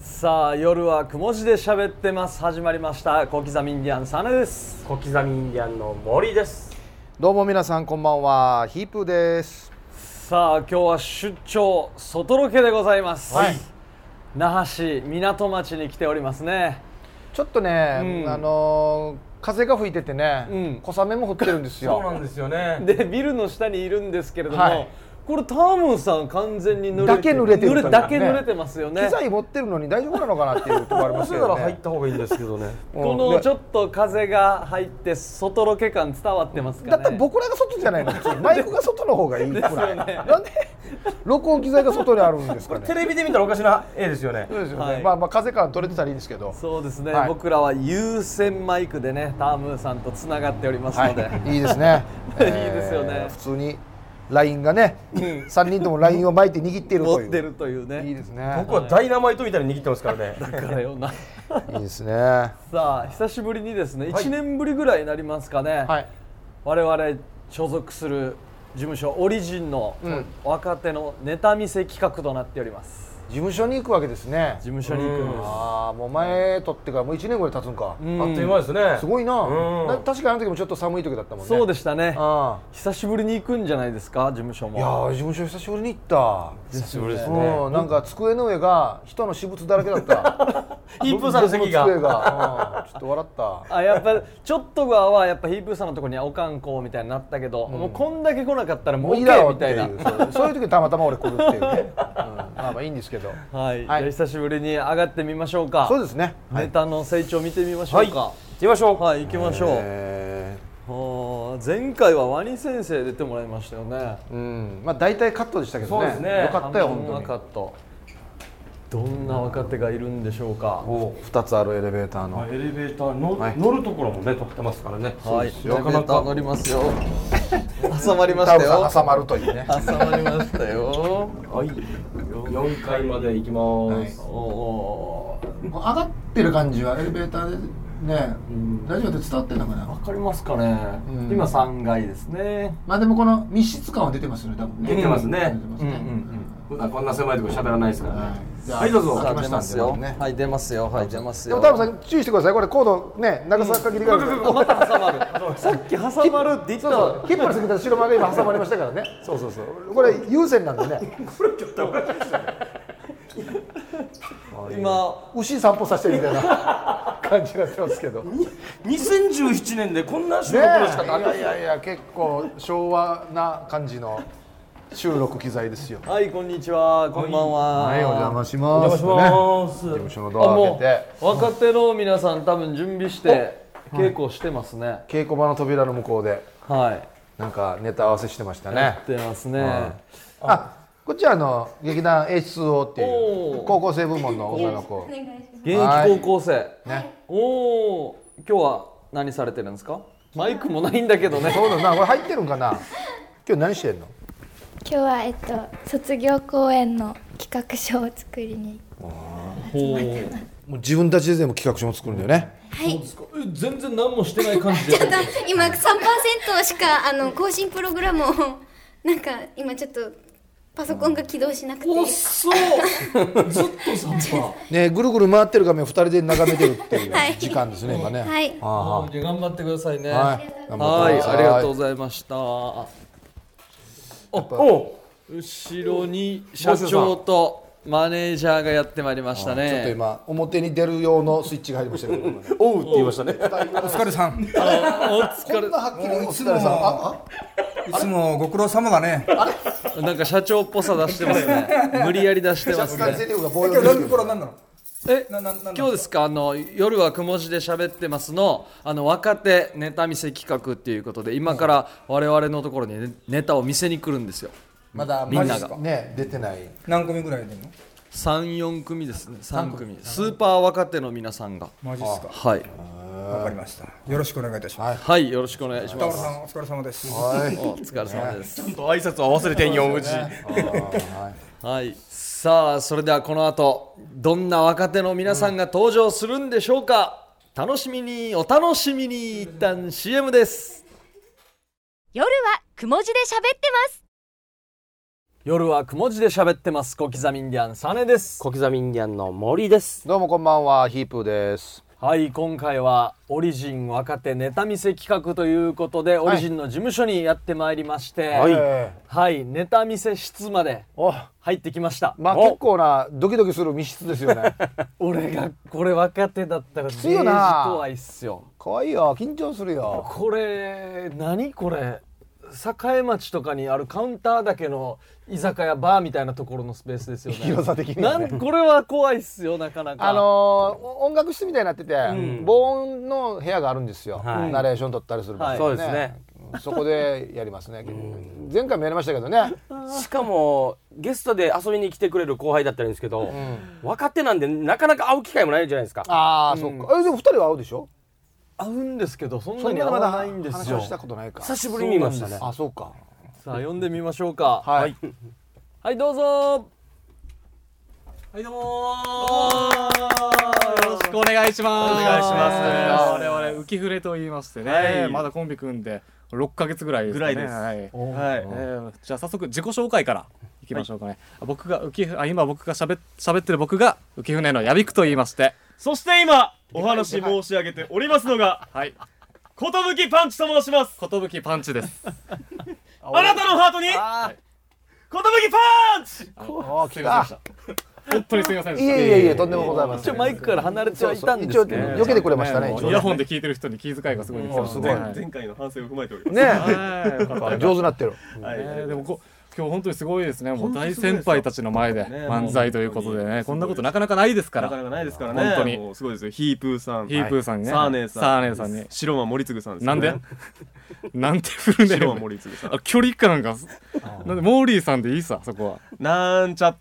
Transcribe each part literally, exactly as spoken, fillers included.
さあ夜はくも字で喋ってます。始まりました小刻みインディアンサネです。 小刻みインディアンの森です。 どうも皆さんこんばんは、ヒープです。 さあ今日は出張外ロケでございます、 はい、 那覇市港町に来ておりますね。 ちょっとね、うん、あのー、風が吹いててね、うん、小雨も降ってるんですよ。 そうなんですよね。 でビルの下にいるんですけれども、はい、これタームンさん完全に濡れてだけ濡れてる、ね、 だけ濡れてますよね。 機材持ってるのに大丈夫なのかなっていうところありますよね。 なら入った方がいいんですけどね。 このちょっと風が入って外ロケ感伝わってますかね。 だったら僕らが外じゃないの。マイクが外の方がいいくらいですよね。なんで録音機材が外にあるんですかね。 これテレビで見たらおかしな絵ですよね。 そうですよね、はい、まあまあ風感取れてたらいいんですけど。 そうですね、はい、僕らは有線マイクでねタームーさんとつながっておりますので、 はい、いいですね。 いいですよね、 えー、普通にラインがね、うん、さんにんともラインを巻いて握っているという。 持ってるというね。 いいですね。 僕はダイナマイトみたいに握ってますからね。 だからよな。 いいですね。 さあ久しぶりにですね、いちねんぶりぐらいになりますかね。はい、我々所属する事務所オリジンの若手のネタ見せ企画となっております。 事務所に行くわけですね。 事務所に行くんです。 ああ、もう前取ってからもういちねんぐらい経つんか。 あっという間ですね。 すごいな。確かあの時もちょっと寒い時だったもんね。 そうでしたね。久しぶりに行くんじゃないですか、事務所も。 いやー、事務所久しぶりに行った。 久しぶりですね。 なんか机の上が人の私物だらけだった。 ヒープーさんの席が。 ちょっと笑った。 あ、やっぱちょっと側はやっぱヒープーさんのところにはおかんこみたいになったけど、もうこんだけ来なかったらもういいだろうみたいな。 そういう時たまたま俺来るっていうね。まあまあいいんですけど。 はい。久しぶりに上がってみましょうか。 そうですね。 ネタの成長見てみましょうか。 行きましょう。 はい、行きましょう。前回はワニ先生出てもらいましたよね。 うん、まあ大体カットでしたけどね。 そうですね。 よかったよ本当に。 カット。どんな若手がいるんでしょうか。 ふたつあるエレベーターの。 エレベーターの乗るところもね撮ってますからね。 はい。エレベーター乗りますよ。挟まりましたよ。 挟まるというね。 挟まりましたよ。 はい。よんかいまで行きます。 おお。上がってる感じはエレベーターでね、ラジオで伝わってるのかな。 わかりますかね。今さんがいですね。 まあでもこの密室感は出てますよね、多分ね。 出てますね。普段こんな狭いところ喋らないですからね。はいどうぞ。 出ますよ。はい出ますよ。はい出ますよ。 でも多分さん注意してください。これコードね長さ限りがあるから。 また挟まる。さっき挟まるって言ったら引っ張りすぎたら白間が今挟まりましたからね。そうそうそう。これ優先なんでね。これちょっとおかしいですよね。今牛散歩させてるみたいな感じになってますけど。 にせんじゅうななねんでこんな収録の仕方ある。 いやいやいや結構昭和な感じの収録機材ですよ。 はいこんにちは、こんばんは。 はいお邪魔します。 お邪魔します。 事務所のドア開けて。 若手の皆さん多分準備して稽古してますね。 稽古場の扉の向こうで。はい。なんかネタ合わせしてましたね。 やってますね。 あ、こっちはあの劇団 エイチツーオー っていう高校生部門の女の子。 現役高校生。ね。おお。今日は何されてるんですか？マイクもないんだけどね。 そうだな。これ入ってるんかな。今日何してんの？ 今日はえっと卒業公演の企画書を作りに集まってます。 もう自分たちで全部企画書も作るんだよね。 はい。 全然何もしてない感じで。 ちょっと今さんパーセントしかあの更新プログラムをなんか今ちょっとパソコンが起動しなくて。 おっそうずっとさんパー。 ねぐるぐる回ってる画面をふたりで眺めてるっていう時間ですね今ね。 はい。 ああ頑張ってくださいね。 はい。 はい、ありがとうございました。お、後ろに社長とマネージャーがやってまいりましたね。 ちょっと今表に出る用のスイッチが入りましたけど、ね、 おうって言いましたね。 お疲れさん。お疲れ。 こんなはっきりお疲れさん。ああいつもご苦労様だね。 なんか社長っぽさ出してますね。無理やり出してますね。え、今日ですか、あの夜はくも字で喋ってますのあの若手ネタ見せ企画っていうことで今から我々のところに、ね、ネタを見せに来るんですよ。 まだみんながね出てない。 何組ぐらいでんの？ さん、よん組ですね。さん組スーパー若手の皆さんが。 マジですか。 はい、 わかりました。よろしくお願いいたします。 はい、よろしくお願いします。 田村さんお疲れ様です。 はい、お疲れ様です。 ちゃんと挨拶は忘れてんようち。 はい、さあそれではこの後どんな若手の皆さんが登場するんでしょうか。楽しみにお楽しみに。一旦 シーエム です。 夜はくも字で喋ってます。 夜はくも字で喋ってます。小刻みインディアンサネです。 小刻みインディアンの森です。 どうもこんばんは、ヒープーです。 はい、今回はオリジン若手ネタ見せ企画ということで、オリジンの事務所にやってまいりまして、はい、はい、ネタ見せ室まで入ってきました。 まあ結構なドキドキする密室ですよね。 俺がこれ若手だったらきついよな。 怖いっすよ。 怖いよ、緊張するよ。 これ何これ栄町とかにあるカウンターだけの居酒屋バーみたいなところのスペースですよね。 広さ的にはね。 なんこれは怖いっすよ、なかなか。 あのー、音楽室みたいになってて、うん、防音の部屋があるんですよ、はい、ナレーション撮ったりする場所、ね、 そうですね。 そこでやりますね。うん、前回もやりましたけどね。 しかもゲストで遊びに来てくれる後輩だったらいいんですけど、うん、若手なんでなかなか会う機会もないじゃないですか。 ああ、うん、そっか。えでもふたりは会うでしょ。 会うんですけど、そんなに会わないんですよ。 話したことないか。 久しぶりに見ましたね。 あ、そうか。 さあ呼んでみましょうか。 はい。 はい、どうぞ。 はい、どうもー。よろしくお願いします。お願いします。我々浮き触れと言いましてね、はい、まだコンビ組んでろっかげつぐらいですかね。ぐらいです。はい。はい。えー、じゃあ早速自己紹介からいきましょうかね。はい、僕が浮きあ今僕がしゃべ喋ってる僕が浮き船のやびくと言いまして、 そして今お話申し上げておりますのが、はい。寿パンチと申します。 寿パンチです。 あなたのハートに。寿パンチ。 ああ、来た。 本当にすみません。 いえいえいえ、とんでもございません。 一応マイクから離れてはいたんですけど、 避けてくれましたね。 イヤホンで聞いてる人に気遣いがすごいですよ。 すごい。 前回の反省を踏まえております。 ね、上手になってる。 でも今日本当にすごいですね。もう大先輩たちの前で漫才ということでね、こんなことなかなかないですから。 なかなかないですからね。 本当にすごいですよ。ヒープーさん、 ヒープーさんね、 サーネーさん、 サーネーさんに、 白間森次さんです。 なんで？なんてフルネーム。 白間森次さん。 距離感が、なんでモーリーさんでいいさ、そこは。 なんちゃって。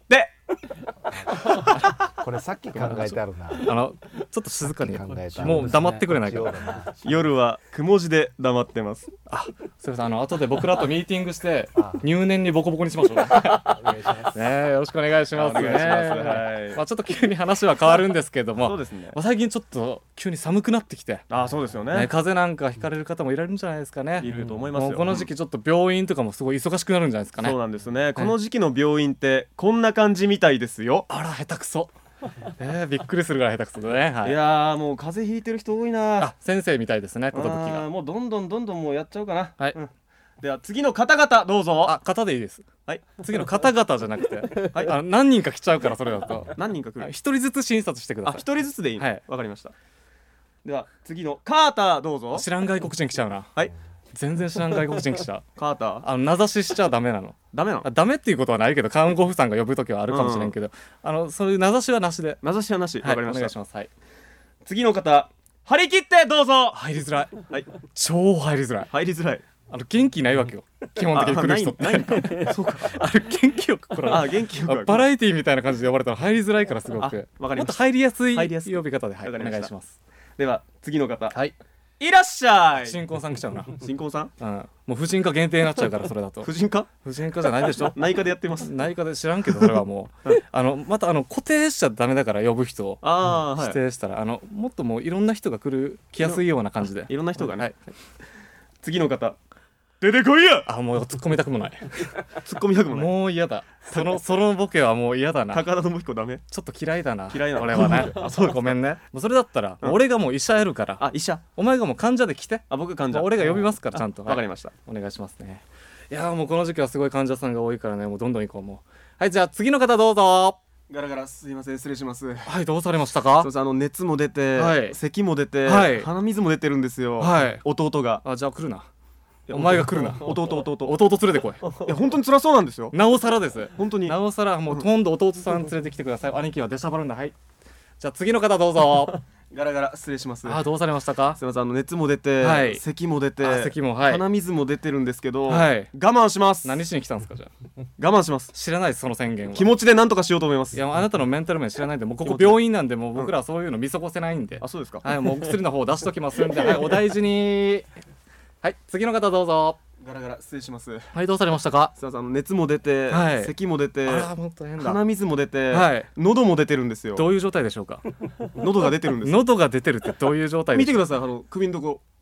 これさっき考えてあるな。 あのちょっと静かに考えた。もう黙ってくれないか。 夜はくも字で黙ってます。 あ、すみません。あの後で僕らとミーティングして入念にボコボコにしましょう。ね、よろしくお願いします。お願いします。まあちょっと急に話は変わるんですけども、そうですね。最近ちょっと急に寒くなってきて、 あ、そうですよね。 風邪なんかひかれる方もいられるんじゃないですかね。 いると思いますよ。 この時期ちょっと病院とかもすごい忙しくなるんじゃないですかね。 そうなんですね。この時期の病院ってこんな感じみたいですよ。 あら、下手くそ。えー、びっくりするぐらい下手くそだね。 はい、いやーもう風邪ひいてる人多いな。 あ、先生みたいですね。寿がもうどんどんどんどんもうやっちゃうかな。 はい、 うん、では次の方々どうぞ。 あ、方でいいです。はい、次の方々じゃなくて、はい、あの何人か来ちゃうから、それだと何人か来る。 一人ずつ診察してください。 あ、一人ずつでいいの。はい、わかりました。では次のカーターどうぞ。 知らん外国人来ちゃうな。はい、全然知らん外国人来ちゃう。 カーター、 あの名指ししちゃダメなの。 ダメなの？ ダメっていうことはないけど、看護婦さんが呼ぶときはあるかもしれんけど、うん、あのそういう名指しはなしで。 名指しはなし。わ、はい、かりました。お願いします。 はい、 次の方張り切ってどうぞ。 入りづらい。はい、超入りづらい。 入りづらい。 あの元気ないわけよ。基本的に来る人って。ないんか。そうか。あれ元気よく来られる。 あ、元気よく。 バラエティーみたいな感じで呼ばれたら入りづらいからすごく。 わかりました。 もっと入りやすい呼び方で、はい、お願いします。 では次の方。 はい。 いらっしゃい。 新婚さん来ちゃうな。 新婚さん？ うん。もう婦人科限定になっちゃうから、それだと。 婦人科？ 婦人科じゃないでしょ。 内科でやってます。 内科で知らんけど、それはもう。あのまたあの固定しちゃダメだから、呼ぶ人を。ああ、指定したら、あのもっともういろんな人が来る来やすいような感じで。 いろんな人がね。はい。次の方。出てこいや。 あ、もう突っ込みたくもない。 突っ込みたくもない。 もう嫌だ。そのそのボケはもう嫌だな。 高田信彦ダメ。 ちょっと嫌いだな。 嫌いなの。 俺はね。あ、そう、ごめんね。もうそれだったら、うん、俺がもう医者やるから。 あ、医者。 お前がもう患者で来て。 あ、僕患者。 俺が呼びますから、ちゃんと。 わかりました。 お願いしますね。いやーもうこの時期はすごい患者さんが多いからね、もうどんどん行こうもう。はい、じゃあ次の方どうぞ。 ガラガラ、すいません、失礼します。 はい、どうされましたか。 そうそう、あの熱も出て、はい、咳も出て、 はい、 鼻水も出てるんですよ。 はい、 弟が。 あ、じゃあ来るな。お前が来るな。 弟弟弟連れてこい。 いや本当に辛そうなんですよ。 なおさらです。 本当に。 なおさらもう今度弟さん連れてきてください。兄貴は出しゃばるんだ。はい。じゃあ次の方どうぞ。 ガラガラ、失礼します。 あ、どうされましたか。 すみません、あの熱も出て、はい、咳も出て、 咳も、はい、 鼻水も出てるんですけど、 はい、 我慢します。 何しに来たんですか。じゃあ我慢します。 知らないです、その宣言は。 気持ちで何とかしようと思います。 いや、あなたのメンタル面知らないんで、もうここ病院なんで、もう僕らはそういうの見過ごせないんで、 うん、あ、そうですか。 はい、もうお薬の方出しときますんで、はい、お大事に。はい、次の方どうぞ。 ガラガラ、失礼します。 はい、どうされましたか。 すいません、あの熱も出て、はい、咳も出て、 あら、もっと変だ。 鼻水も出て、 はい、 喉も出てるんですよ。 どういう状態でしょうか。 喉が出てるんです。 喉が出てるってどういう状態。 見てください、あの首のとこ、ほら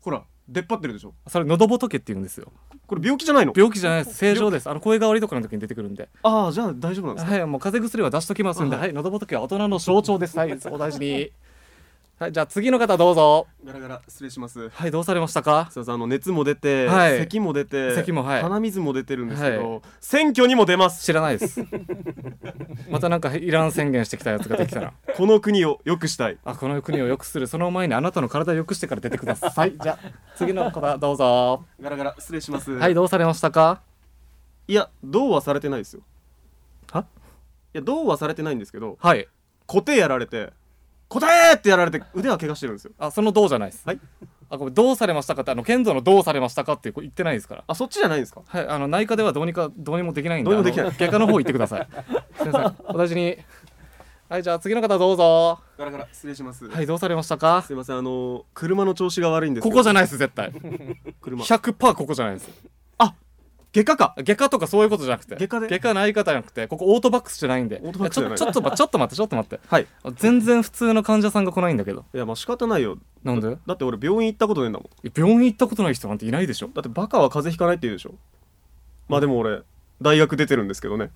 出っ張ってるでしょ。 それ喉仏って言うんですよ。 これ病気じゃないの？ 病気じゃないです。正常です。あの声変わりとかの時に出てくるんで。 ああ、じゃあ大丈夫なんですか？ はい、もう風邪薬は出しときますんで、はい、喉仏は大人の象徴です。はい、お大事に。はい、じゃあ次の方どうぞ。 ガラガラ失礼します。 はい、どうされましたか？ すいません、あの熱も出て、 はい、 咳も出て、 咳も、はい、 鼻水も出てるんですけど、 はい、 選挙にも出ます。 知らないです。またなんかイラン宣言してきたやつができたら、 この国を良くしたい。 あ、この国を良くする。その前にあなたの体を良くしてから出てください。じゃあ次の方どうぞ。 ガラガラ失礼します。 はい、どうされましたか？ いや、どうはされてないですよ。 はいや、どうはされてないんですけど、 はい、 固定やられて、答えってやられて腕は怪我してるんですよ。 あ、そのどうじゃないです。 はい。 あ、ごめん、どうされましたかって、あの剣道のどうされましたかって言ってないですから。 あ、そっちじゃないんですか？ はい、あの内科ではどうにかどうにもできないんで、 どうにもできない。 外科の方行ってください。すみません、お大事に。はい、じゃあ次の方どうぞ。 ガラガラ失礼します。 はい、どうされましたか？ すいません、あの車の調子が悪いんです。 ここじゃないです、絶対。 車ひゃくパーセント ここじゃないです。 あ、外科か。 外科とかそういうことじゃなくて、 外科で外科内科じゃなくて、ここオートバックスじゃないんで。 オートバックスじゃない。 ちょっとちょっと待ってちょっと待ってちょっと待って。 はい。 全然普通の患者さんが来ないんだけど。 いや、まあ仕方ないよ。 なんで？ だって俺病院行ったことねえんだもん。 病院行ったことない人なんていないでしょ。 だってバカは風邪ひかないって言うでしょ。まあでも俺大学出てるんですけどね。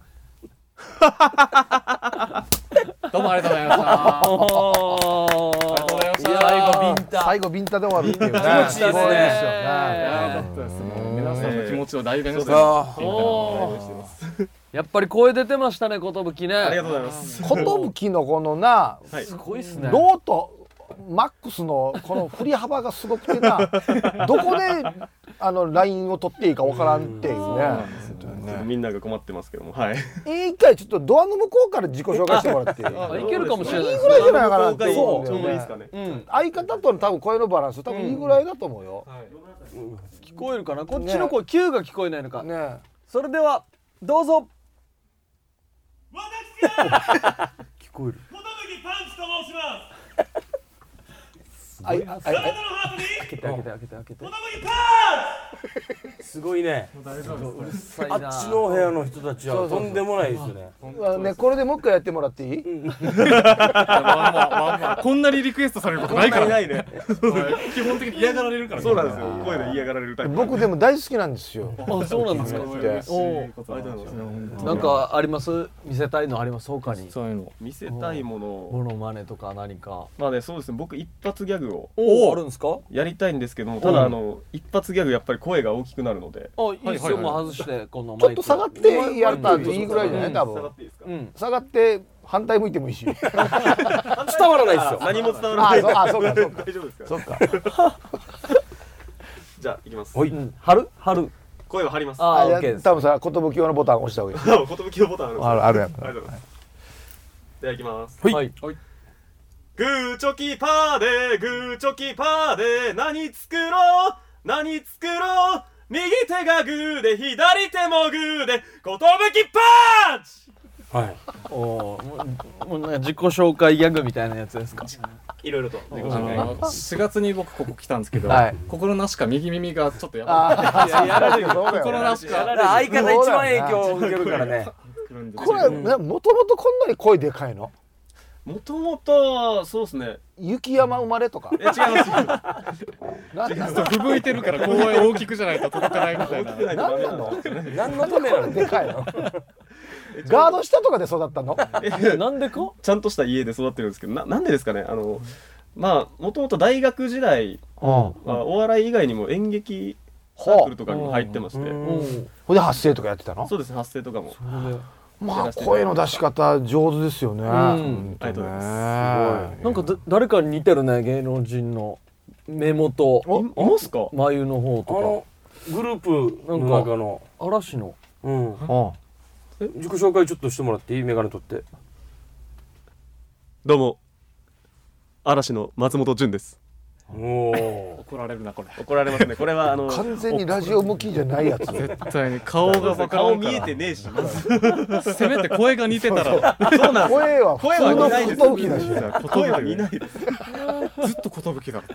どうもありがとうございました。ありがとうございました。 最後ビンタ最後ビンタで終わるっていうね。 気持ちいいですね。いや、よかったです。もう皆さんの気持ちを代弁してます。 やっぱり声出てましたね、寿ね。 ありがとうございます。 寿のこのな、 すごいっすね。 ローとマックスのこの振り幅がすごくてな、どこであのラインを取っていいかわからんっていうね。 みんなが困ってますけども、はい。 一回ちょっとドアの向こうから自己紹介してもらっていい？ いけるかもしれない。 いいぐらいじゃないかなって。 そう、ちょうどいいですかね。 相方との多分声のバランス多分いいぐらいだと思うよ。 聞こえるかな？こっちの声 Q が聞こえないのか。 ね。 それではどうぞ。 私が聞こえる。 寿パンチと申します。 あいあいあなたのハートに開けて開けて開けて開けて。 寿パンチ。 すごいね。 うるさいな。 あっちの部屋の人たちはとんでもないですよね。 ね、これでもう一回やってもらっていい？ こんなにリクエストされることないから。 ないね。 基本的に嫌がられるから。 そうなんですよ。声で嫌がられるタイプ。 僕でも大好きなんですよ。 あ、そうなんですか。なんかあります？見せたいのあります？他に。 そういうの。 見せたいもの。 モノマネとか何か。 まあね、そうですね。僕一発ギャグをおあるんですか？ やりたいんですけども、ただあの一発ギャグやっぱり声が大きくなるので。 あ、いいですよ。もう外してこのちょっと下がってやったらいいぐらいじゃない？多分。 下がっていいですか？ 下がって反対向いてもいいし。伝わらないですよ。 何も伝わらない。 あ、そうかそうか。 大丈夫ですか？ そっか。 じゃあ行きます。 はい。春春。 声を張ります。 あ、オッケーです。 多分さ、寿用のボタン押した方がいい。 寿のボタンあるんです。 あるあるやん。 ありがとうございます。では行きます。 はい。 グーチョキパーでグーチョキパーで何作ろう何作ろう右手がグーで左手もグーで寿パンチ。 はい。 おお、もうなんか自己紹介ギャグみたいなやつですか？ いろいろと。 しがつに僕ここ来たんですけど、心なしか右耳がちょっとやばい。 やられるよ。 心なしか相方一番影響を受けるからね。 これもともとこんなに声でかいの？ もともとそうですね。 雪山生まれとか。 え、違います。 なんなの？ ふぶいてるから声大きくじゃないと届かないみたいな。 なんなの？ 何のためなの？ でかいの？ガード下とかで育ったの？ なんでか？ ちゃんとした家で育ってるんですけど、ななんでですかね。あのまあもともと大学時代はお笑い以外にも演劇サークルとかにも入ってまして、 ほんで発声とかやってたの？ そうですね、発声とかも。 まあ声の出し方上手ですよね。 ありがとうございます。 すごい。なんか誰かに似てるね、芸能人の目元。 いますか？ 眉の方とか。 あのグループの中の嵐の。 うん。自己紹介ちょっとしてもらっていい？メガネ取って。 どうも嵐の松本潤です。 おお、 怒られるなこれ。 怒られますね。これはあの完全にラジオ向きじゃないやつ。 絶対に顔が分からんから。 顔見えてねえし。 せめて声が似てたら。 そうなんです。 声は普通の寿だし。 声は似ないです。 ずっと寿だ。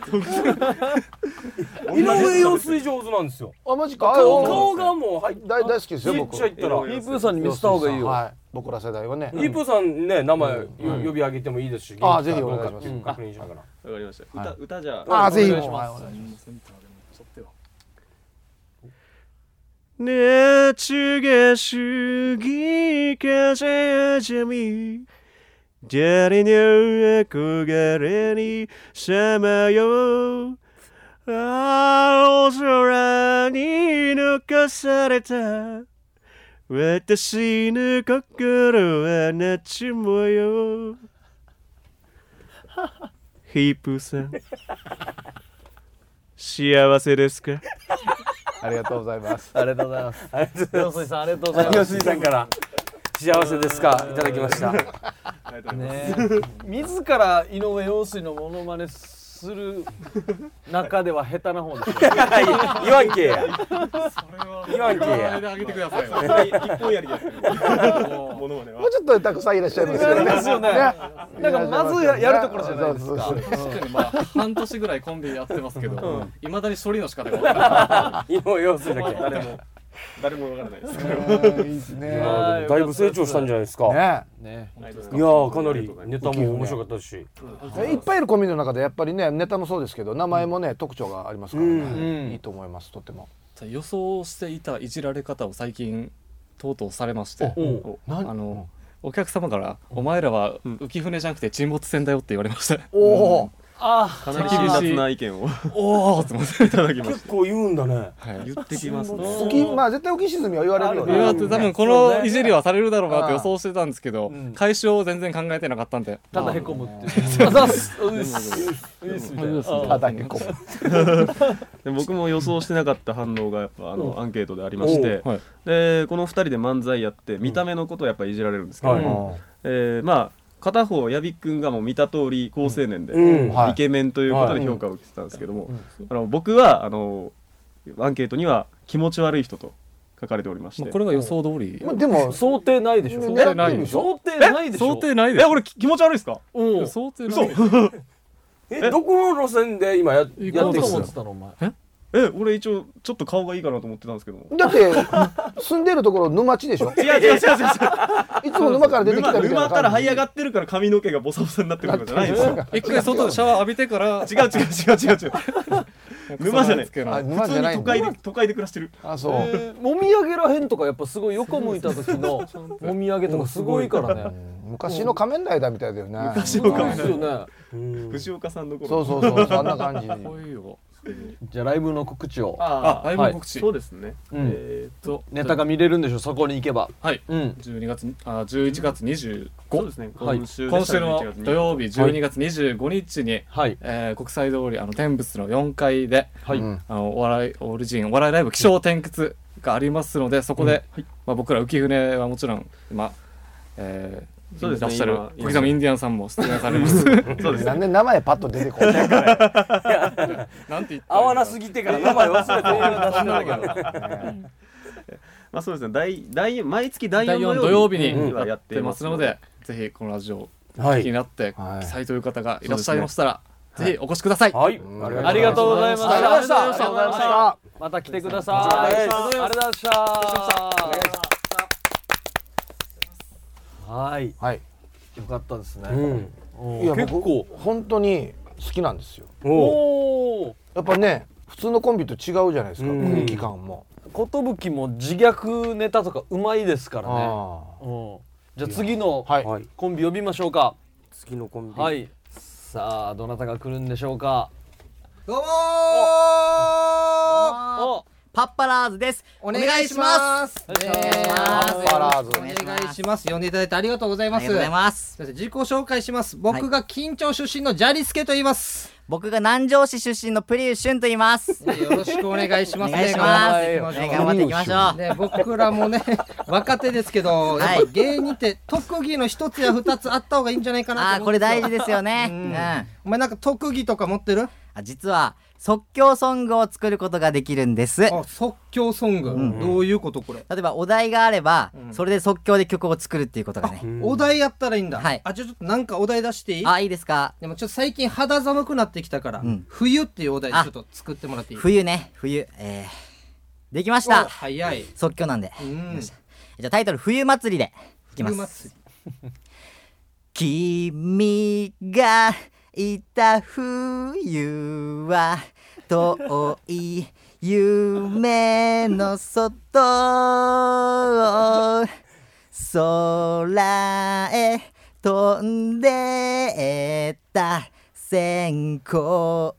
井上陽水上手なんですよ。 あ、マジか。 顔がもう入っ大大好きですよ僕。 めっちゃ言ったら。 イープーさんに見せた方がいいよ。 はい。僕ら世代はね。 イープーさんね、名前呼び上げてもいいですし。 あ、ぜひお願いします。 確認しながら。 わかりました。歌歌じゃあ、ぜひ。 夏が過ぎ風じゃみ誰の憧れにさまよう青空に抜かされた私の心は夏模様ヒップさん幸せですか？ ありがとうございます。 ありがとうございます。 ありがとうございます陽水さんありがとうございます。 陽水さんから幸せですかいただきましたね自ら井上陽水のモノマネする中では下手な方ですよ言わんけや言わんけやあげてくださいよ一本やりでやってるものまねはもうちょっとたくさんいらっしゃいますよね。 ですよね。なんかまずやるところじゃないですか。 確かにまあ半年ぐらいコンビやってますけどいまだに処理の仕方が分からない井上陽水だけ誰も誰もわからないですいいですね。 だいぶ成長したんじゃないですかね。 ね。 いやーかなりネタも面白かったしいっぱいいるコンビの中でやっぱりねネタもそうですけど名前もね特徴がありますからね。いいと思いますとても。 予想していたいじられ方を最近とうとうされましてあのお客様から「お前らは浮舟じゃなくて沈没船だよ」って言われましたおお。 あかなり辛辣な意見をおおって思っていただきまし結構言うんだね言ってきますね浮きまあ絶対浮き沈みは言われるよね。 言われて多分このいじりはされるだろうなって予想してたんですけど解消を全然考えてなかったんでただへこむっていう。あざっす。 ただへこむ。 僕も予想してなかった反応がやっぱあのアンケートでありましてでこのふたりで漫才やって見た目のことをやっぱいじられるんですけどえまあ片方矢部君がもう見た通り好青年で、うん、イケメンということで評価を受けてたんですけども、あの僕はあのアンケートには気持ち悪い人と書かれておりまして、まあ、 これが予想通り、 まあ、でも想定ないでしょ想定ないでしょ想定ないでしょ想定ないでしょえ俺気持ち悪いですか？ うん想定ないえどこの路線で今ややってると思ってたのお前ええ俺一応ちょっと顔がいいかなと思ってたんですけどもだって住んでるところ沼地でしょ。 違う違う違う違ういつも沼から出てきたみたいな沼から這い上がってるから髪の毛がボサボサになってるとかじゃないんですよ一回外でシャワー浴びてから違う違う違う違う違う沼じゃない普通に都会で都会で暮らしてるあそう、 えー、もみあげらへんとかやっぱすごい横向いた時のもみあげとかすごいからね昔の仮面ライダーみたいだよね昔の仮面ライダー藤岡さんの頃そうそうそうそんな感じじゃあライブの告知をあライブの告知そうですねえっとネタが見れるんでしょそこに行けばはいじゅうにがつあじゅういちがつにじゅうごそうですね今週の土曜日じゅうにがつにじゅうごにちに国際通りあの天仏のよんかいであのお笑いオリジンお笑いライブ起承転結がありますのでそこでまあ僕ら浮舟はもちろん今えーそうですね、いらっしゃる小刻みインディアンさんも出演されますそうですなんで名前パッと出てこないなんて言った合わなすぎてから名前忘れて出したんだけどまあそうですね第第毎月だいよん土曜日にやってますのでぜひこのラジオお聞きになって期待という方がいらっしゃいましたらぜひお越しくださいはいありがとうございましたありがとうございましたまた来てくださいありがとうございましたはい、はい、よかったですね。 うん、いや結構本当に好きなんですよ。おやっぱね普通のコンビと違うじゃないですか、雰囲気感も。 寿も自虐ネタとかうまいですからね。じゃあ次のコンビ呼びましょうか。 次のコンビ。 はい。さあどなたが来るんでしょうか。 どうもー。パッパラーズです。お願いします。 パッパラーズ。 お願いします。呼んでいただいてありがとうございます。ありがとうございます。自己紹介します。僕が近町出身のジャリスケと言います。 僕が南城市出身のプリウシュンと言います。 よろしくお願いします。 お願いします。頑張っていきましょう。 ね、僕らもね、若手ですけど、やっぱ芸人って特技の一つや二つあった方がいいんじゃないかなと思って。 あ、これ大事ですよね。うん。 お前なんか特技とか持ってる？ あ、実は即興ソングを作ることができるんです。 あ、即興ソング、うん、どういうことこれ？ 例えばお題があれば、うん、それで即興で曲を作るっていうことがね。 お題やったらいいんだ。 はい。 あ、じゃあちょっとなんかお題出していい？ あ、いいですか。 でもちょっと最近肌寒くなってきたから、うん、冬っていうお題ちょっと作ってもらっていい？ 冬ね、冬。えー、できました。 早い。 即興なんで。うん、じゃあタイトル冬祭りでいきます。君がいた冬は遠い夢の外空へ飛んでった線香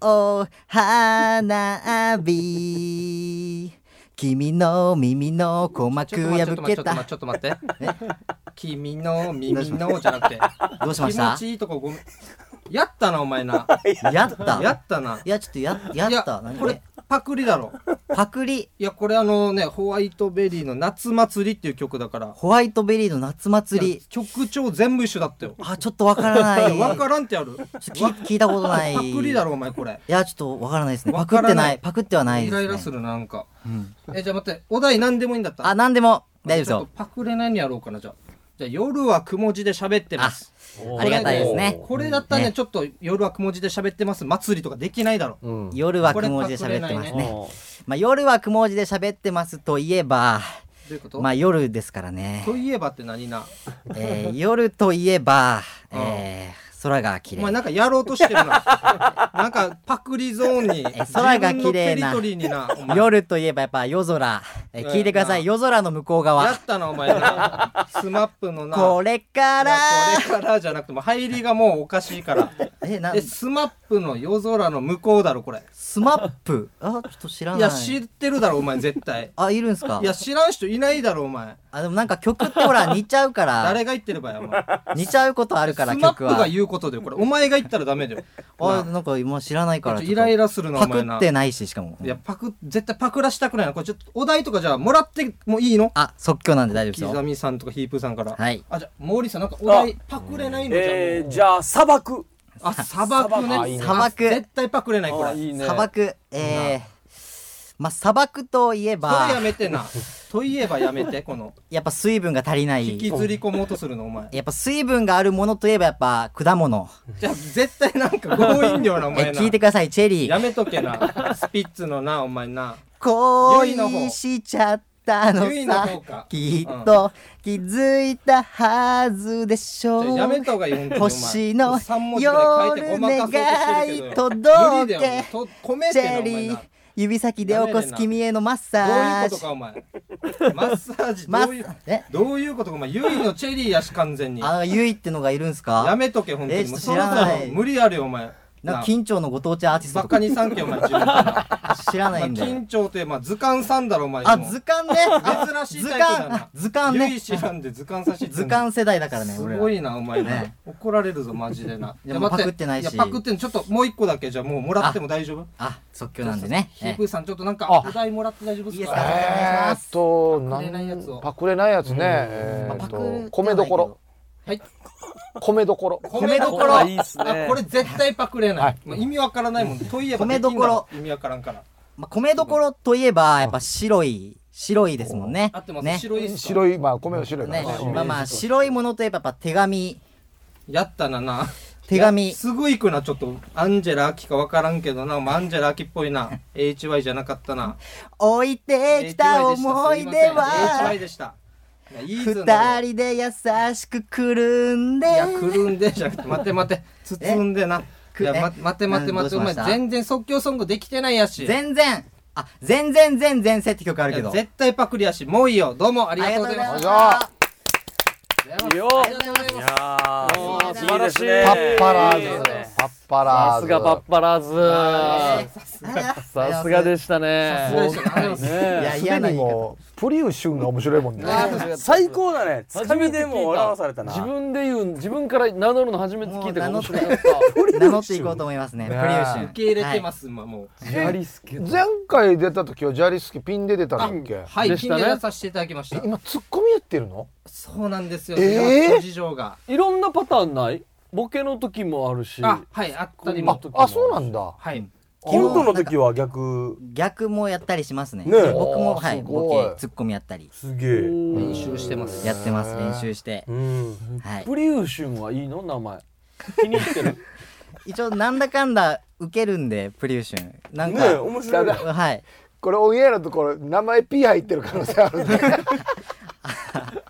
花火君の耳の鼓膜破けたちょっと待って君の耳のじゃなくてどうしました気持ちいいとこごめんやったなお前なやったやったないやちょっとややったこれパクリだろパクリいやこれあのねホワイトベリーの夏祭りっていう曲だからホワイトベリーの夏祭り曲調全部一緒だったよあちょっとわからないわからんってある聞いたことないパクリだろお前これいやちょっとわからないですねパクってないパクってはないですねイライラするなんかえじゃあ待ってお題何でもいいんだったあ何でも大丈夫ですよパクれないにやろうかなじゃあじゃあ夜はく文字で喋ってますありがたいですねこれだったらねちょっと夜はく文字で喋ってます祭りとかできないだろ夜はく文字で喋ってますねまあ夜はく文字で喋ってますといえばどういうことまあ夜ですからねといえばって何なえ夜といえばえ空が綺麗お前なんかやろうとしてるななんかパクリゾーンに空が綺麗な夜といえばやっぱ夜空え聞いてください夜空の向こう側やったなお前なスマップのなこれからこれからじゃなくても入りがもうおかしいからえなえスマップの夜空の向こうだろこれスマップあちょっと知らないいや知ってるだろお前絶対あいるんすかいや知らん人いないだろお前あでもなんか曲ってほら似ちゃうから誰が言ってればやお前似ちゃうことあるから曲はスマップが言うことでこれお前が言ったらダメだよあなんか今知らないからイライラするなお前なパクってないししかもいやパク絶対パクらしたくないなこれちょっとお題とかじゃあもらってもいいのあ即興なんで大丈夫ですよ刻みさんとかヒープーさんからはいあじゃあ毛利さんなんかお題パクれないのえー、じゃあ砂漠あ砂漠ね砂漠絶対パクれないこれいいね砂漠えーまあ砂漠といえばそれやめてなといえばやめてこのやっぱ水分が足りない引きずり込もうとするのお前やっぱ水分があるものといえばやっぱ果物じゃあ絶対なんか強引量なお前なえ聞いてくださいチェリーやめとけなスピッツのなお前な恋しちゃったのゆいのさ方かきっと気づいたはずでしょうやめた方がいい本当にお前星の三文字ぐらい書いてごまかそうとしてるけど夜願い届け無理だよと込めチてなお前ェリーな指先で起こす君へのマッサどういうージことかお前マッサージどういうえどういうことかお前ゆいのチェリーやし完全にあゆいってのがいるんすかやめとけ本当にえちょっと知らないもうそろそろ無理あるよお前なんか緊張のご当地アーティストバカにさんけお前自分から知らないんで、 まあ緊張ってまあ図鑑さんだろお前あ図鑑ね珍しいタイプだな図鑑ねゆい知らんで図鑑さし図鑑世代だからねす俺らごいなお前ねね怒られるぞマジでなでもパクってないしいやパクってんちょっともう一個だけじゃあもうもらっても大丈夫あ即興なんでねヒープーさんちょっとなんかお題もらって大丈夫ですかえーっとパクれないやつをパクれないやつねえーっと米どころはい米どころ米どころいいっすねあこれ絶対パクれないまあ意味わからないもんといえば米どころできんだ意味わからんからまあ米どころといえばやっぱ白い白いですもんね合ってますね白いっすか白いまあ米は白いからねねまあまあ白いものといえばやっぱ手紙やったなな手紙すぐ行くなちょっとアンジェラ・アキかわからんけどなお前アンジェラ・アキっぽいな エイチワイ じゃなかったな置いてきた思い出はエイチワイ でした二人で優しくくるんでいやくるんでじゃなくて待て待て包んでないや、ま、待て待て待てお前全然即興ソングできてないやし全然あ全然全然せって曲あるけど絶対パクリやしもういいよどうもありがとうございますいいよありがとうございますいやー素晴らしいパッパラーズパッパラーズさすがパッパラーズさすがでしたねいや嫌なもうプリウシュンが面白いもんね最高だねつかみでも笑わされたな自分で言う自分から名乗るの初めて聞いて面白かった名乗っていこうと思いますねプリウシュン受け入れてます今もうジャリスケ前回出た時はジャリスケピンで出たんだっけはいピンで出させていただきました今ツッコミやってるのそうなんですよえ諸事情がいろんなパターンないボケの時もあるしあはいあったりあもあそうなんだはいコントの時は逆逆もやったりしますねねえ僕もはいすごいボケツッコミやったりすげえ練習してますやってます練習してうんはいプリウシュンはいいの名前気に入ってる一応なんだかんだ受けるんでプリウシュンなんねえか面白いはいこれオンエアのところ名前 P 入ってる可能性あるんで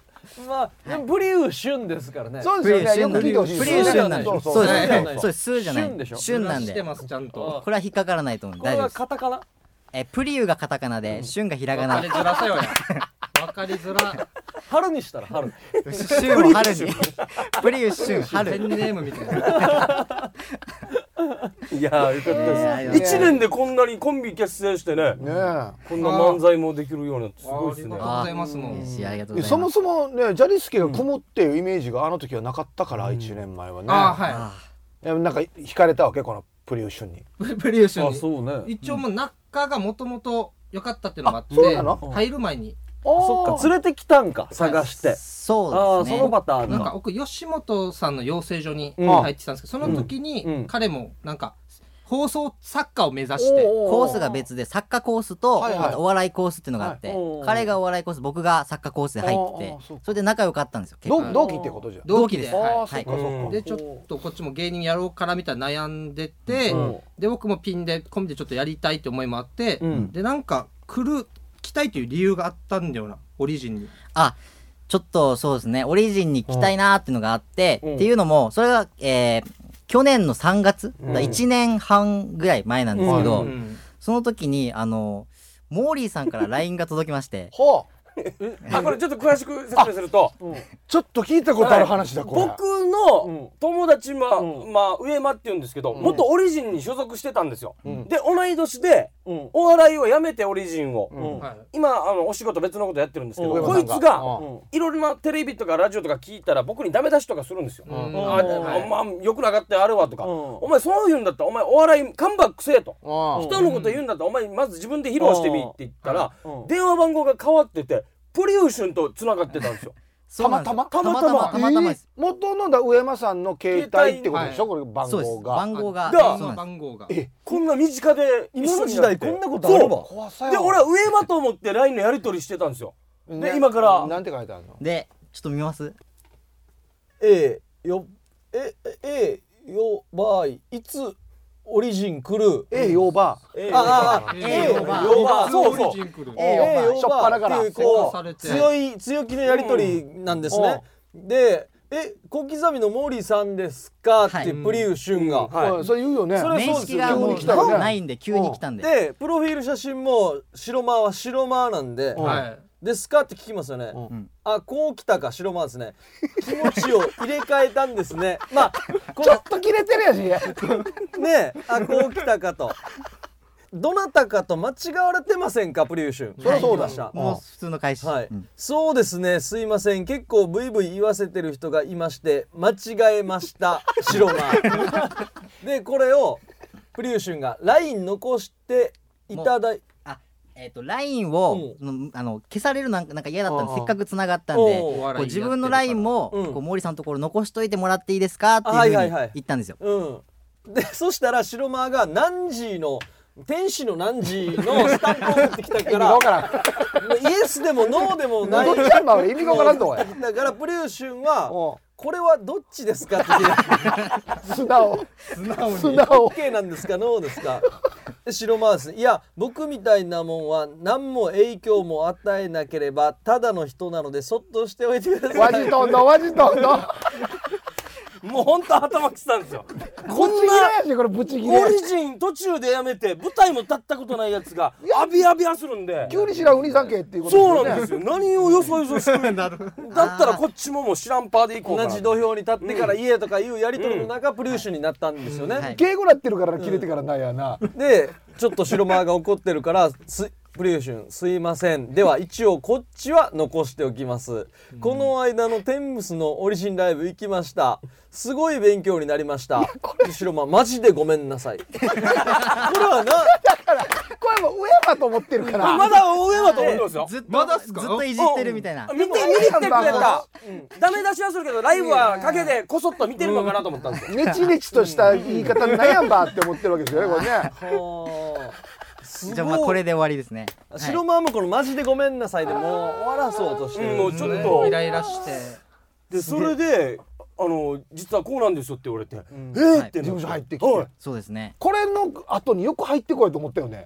まあプリウ旬ですからね。 そうですよね。よく聞いてほしい。 プリウ旬なんで。 そうそうです。 そうそうです。スじゃない。 旬でしょ。 旬なんで。 してますちゃんと。 これは引っかからないと思う。 これはカタカナ？ えプリウがカタカナで旬がひらがな。 わかりづらさよや。わかりづら。 春にしたら春。 旬を春に。プリウ旬春。 ペンネームみたいな。 いやーよかったです。一年でこんなにコンビ結成してね、こんな漫才もできるようになってすごいですね。 ありがとうございますもん。 ありがとうございます。 そもそもねジャリスケが組むっていうイメージがあの時はなかったからいちねんまえはね。 あはなんか惹かれたわけこのプリウシュンに。 プリウシュンに。 あそうね。 一応もう仲がもともと良かったっていうのがあって入る前に。 そっか連れてきたんか探して。 そうですね。 そのパターンなんか僕吉本さんの養成所に入ってたんですけど、その時に彼もなんか放送作家を目指してコースが別で作家コースとお笑いコースっていうのがあって、彼がお笑いコース僕が作家コースで入ってて、それで仲良かったんですよ。 同期ってことじゃん。 同期で。 でちょっとこっちも芸人やろうからみたいな悩んでて、で僕もピンでコンビでちょっとやりたいって思いもあって、でなんか来る来たいという理由があったんだよな、オリジンに。 あ、ちょっとそうですね、オリジンに来たいなーっていうのがあって、っていうのもそれが、えー、去年のさんがつ、うん、いちねんはんぐらい前なんですけど、うん、その時にあのモーリーさんから ライン が届きまして。 はああ、これちょっと詳しく説明すると、 うん、ちょっと聞いたことある話だ、これ。 僕の友達、まあ、うん、まあ上間って言うんですけど、うん、元オリジンに所属してたんですよ、うん、で同い年で、うん、お笑いをやめてオリジンを、うん、今あのお仕事別のことやってるんですけど、うん、こいつが、うん、いろいろなテレビとかラジオとか聞いたら僕にダメ出しとかするんですよ、うん、あ、まあ、よくなかったよあれはとか、うん、お前そう言うんだったらお前お笑いカムバックせえと、うん、人のこと言うんだったらお前まず自分で披露してみって言ったら、うん、電話番号が変わっててプリウシュンと繋がってたんですよ。 たまたまたまたまたまたまです。 元のだ上間さんの携帯ってことでしょ、これ番号が。 番号が。 番号が。 え、こんな身近で今の時代こんなことあるわ。 で、俺は上間と思ってラインのやり取りしてたんですよ。で、今からなんて書いてあるの？ で、ちょっと見ます。 えよええよばいいつオリジン来る。 えー、ヨーバー。ああ、えー、ヨーバー。そうそう。 えー、ヨーバーっていうこう強い強気のやり取りなんですね。で、え、小刻みのモーリーさんですかってプリウシュンが。 それ言うよね。 それそうですよ。面識がもうないんで急に来たんで。 で、プロフィール写真も白間は白間なんで。ですかって聞きますよね、うん、あ、こう来たか白間ですね。気持ちを入れ替えたんですね。まあちょっと切れてるやしね、あ、こう来たかとどなたかと間違われてませんかプリウシュン。 そりゃそうだした、もう普通の返し、 はい、うん、そうですね、すいません、結構ブイブイ言わせてる人がいまして間違えました白間でこれをプリウシュンが ライン 残していただいて、 えー、と ライン を、うん、あの消されるなんか、なんか嫌だったんで、せっかくつながったんでこう自分の ライン も、うん、こう森さんのところ残しといてもらっていいですかっていうふうに言ったんですよ。 うん、でそしたら白間がナンジーの天使のナンジーのスタンプを持ってきたからイエスでもノーでもない意味が分からんとだからプリウシュンはこれはどっちですかって聞いて素直素直に素直 OK なんですかノーですか。で白間ですね、いや僕みたいなもんは何も影響も与えなければただの人なのでそっとしておいてください。 わじとんのわじとんのもうほんと頭きたんですよ。 こんなこれブチギレオリジン途中でやめて舞台も立ったことないやつがアビアビアするんで急に知らんウニさん系っていうことですよね。そうなんですよ。何をよそよそしてだったらこっちももう知らんパーでいこうかな。 同じ土俵に立ってから家とかいうやり取りの中、うん、プリウシュンになったんですよね、はい、 敬語なってるから切れてからなんやな、 うん、でちょっと白間が怒ってるからすプリウシュンすいません、では一応こっちは残しておきます、うん、この間のテンムスのオリジンライブ行きました、すごい勉強になりました。白間マジでごめんなさいこれはなだからこれも上間と思ってるからまだ上間と思ってますよ。 ずっとまだずっといじってるみたいな。 見て見てくれた、うん、ダメ出しはするけどライブは陰でこそっと見てるのかなと思ったんですよ。 ネチネチとした言い方悩んばって思ってるわけですよねこれね。 はじゃあまあこれで終わりですね。 白間もこのマジでごめんなさいでもう終わらそうとしてる、 もうちょっとイライラしてでそれであの実はこうなんですよって言われて、うん、えー、って事務所入ってきて、はい、 そうですね。 これの後によく入ってこいと思ったよね。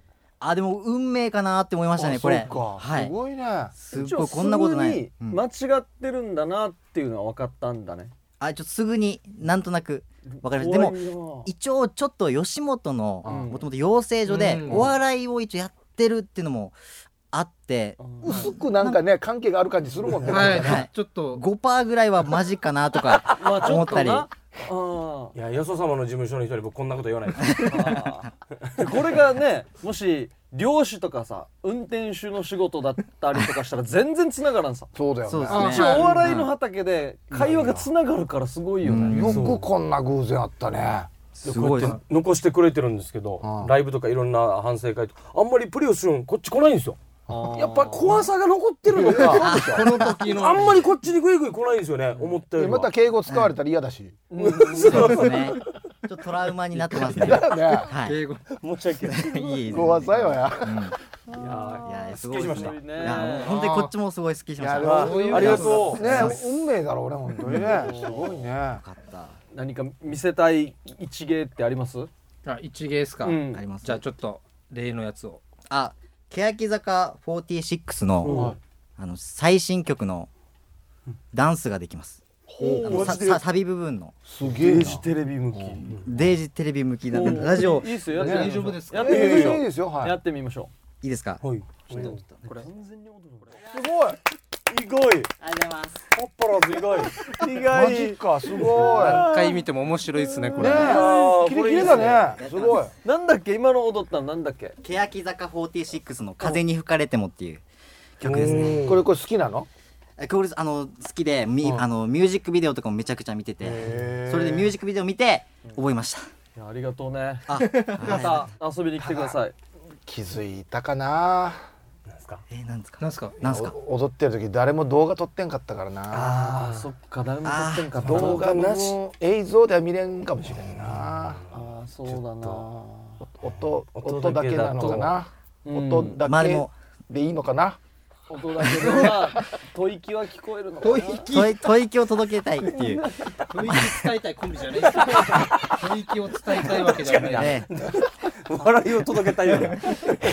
あでも運命かなって思いましたねこれ。 はい。すごいね。 すごいこんなことない。 間違ってるんだなっていうのは分かったんだね。 あちょっとすぐになんとなく分かりました。でも一応ちょっと吉本のもともと養成所でお笑いを一応やってるっていうのもあって薄くなんかね関係がある感じするもんね。 はいはい。ちょっと ごパーセント ぐらいはマジかなとか思ったり。 いやよそ様の事務所の人に僕こんなこと言わないですこれがねもし漁師とかさ運転手の仕事だったりとかしたら全然つながらんさ。 そうだよね。 一応お笑いの畑で会話がつながるからすごいよね。 よくこんな偶然あったね。 すごい残してくれてるんですけどライブとかいろんな反省会とかあんまりプリウスこっち来ないんですよ。やっぱ怖さが残ってるのかこの時のあんまりこっちにグイグイ来ないんですよね思ったよりは。 また敬語使われたら嫌だし。 そうですね。ちょっとトラウマになってますね。 敬語申し訳ない。 怖さよや。 いやすっきりしました。いや本当にこっちもすごいすっきりしました。 ありがとう。 ね運命だろうね本当にね。すごいね。よかった。 何か見せたい一芸ってあります？ あ一芸ですか。あります。じゃあちょっと例のやつを。 あ欅坂フォーティーシックスのあの最新曲のダンスができます。サビ部分のすげえデジテレビ向きデジテレビ向きなラジオいいですよ。 大丈夫ですか？ やってみましょう。 いいですよ。 やってみましょう。いいですか？ はい。 これ完全に踊るこれ。 すごい。 意外。 ありがとうございます。 パッパラーズ意外。 意外。 マジかすごい。 何回見ても面白いですねこれ。 ねキレキレだね。すごい。 なんだっけ今の踊ったのなんだっけ？ 欅坂フォーティーシックスの風に吹かれてもっていう曲ですね。 これこれ好きなの？ これあの好きでミあのミュージックビデオとかもめちゃくちゃ見ててそれでミュージックビデオ見て覚えました。 いやありがとうね。 あまた遊びに来てください。 気づいたかな。 なんですか？ えなんですか？ なんですか？ なんですか？ 踊ってる時誰も動画撮ってんかったからな。 ああそっか誰も撮ってんかった。 動画なし映像では見れんかもしれんな。 ああそうだな。 音音だけなのかな。音だけでいいのかな。 音だけでは吐息は聞こえるのかな。 吐息を届けたいっていう。 吐息伝えたいコンビじゃないですか。吐息を伝えたいわけじゃない。 笑いを届けたいよね。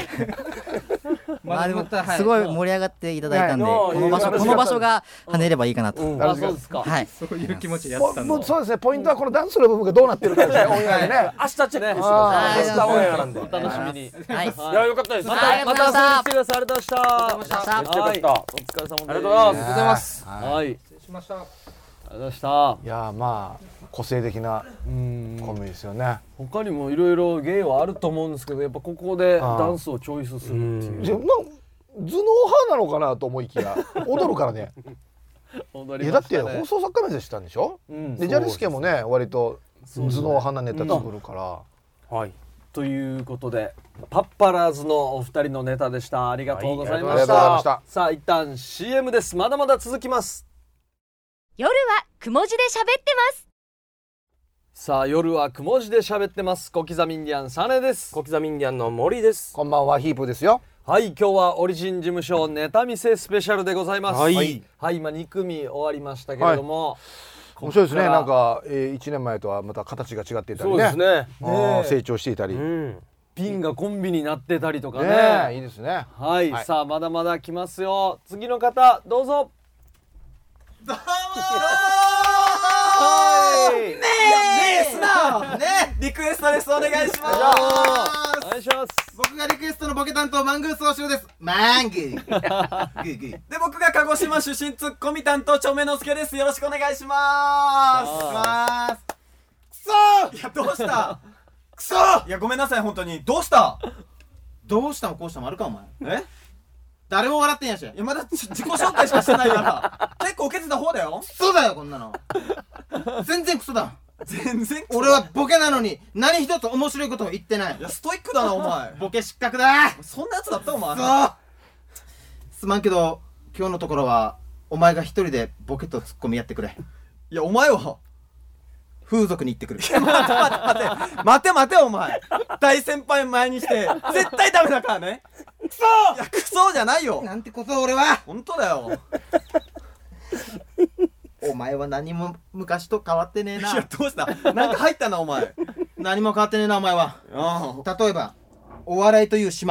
まあでもすごい盛り上がっていただいたんでこの場所この場所が跳ねればいいかなと。 あそうですか。 はい。 そういう気持ちでやったんだ。 そうですねポイントはこのダンスの部分がどうなってるかですね。オンエアでね。 明日チェックしてください。明日オンエアなんでお楽しみに。 はい。 いやよかったです。 またまた遊びに来てください。ありがとうございました。 めっちゃよかった。 お疲れ様です。 ありがとうございます。 はい。 失礼しました。 ありがとうございました。 いやまあ個性的なコンビですよね。 他にもいろいろ芸はあると思うんですけどやっぱここでダンスをチョイスするっていう。 頭脳派なのかなと思いきや踊るからね。いやだって放送作家目指したんでしょ。でジャニスケもね割と頭脳派なネタ作るから。 はい。ということでパッパラーズのお二人のネタでした。ありがとうございました。さあ一旦 シーエム です。まだまだ続きます。 夜はくも字で喋ってます。 さあ夜はくも字で喋ってます。小刻みインディアンサネです。 小刻みインディアンの森です。 こんばんはヒープですよ。 はい、今日はオリジン事務所ネタ見せスペシャルでございます。 はい、 はい、今に組終わりましたけれども、はい、 面白いですね。なんか、えー、いちねんまえとはまた形が違っていたりね。そうですね。ね成長していたり、うん、 ピンがコンビになってたりとかね。 ねいいですね。 はい、はい、さあまだまだ来ますよ。次の方どうぞ。 どうもー。ねえねえすなねリクエストです。お願いします。 お願いします。 僕がリクエストのボケ担当マングース大城です。マングーグーグーで僕が鹿児島出身ツッコミ担当チョメノスケです。よろしくお願いしまーす。くそー。いやどうしたくそー。いやごめんなさい本当に。どうしたどうしたもこうしたもあるかお前。え誰も笑ってんやし。いやまだ自己紹介しかしてないから結構受けてた方だよ。クソだよこんなの全然クソだ。全然俺はボケなのに何一つ面白いことも言ってない。いやストイックだなお前。ボケ失格だ。そんなやつだったお前。そうすまんけど今日のところはお前が一人でボケとツッコミやってくれ。いやお前は風俗に行ってくる。待て待て待て待て待てお前大先輩前にして絶対ダメだからね。クソいやクソじゃないよ。なんてこと俺は本当だよお前は何も昔と変わってねえな。いやどうしたなんか入ったなお前何も変わってねえなお前は。例えばお笑いという島がある。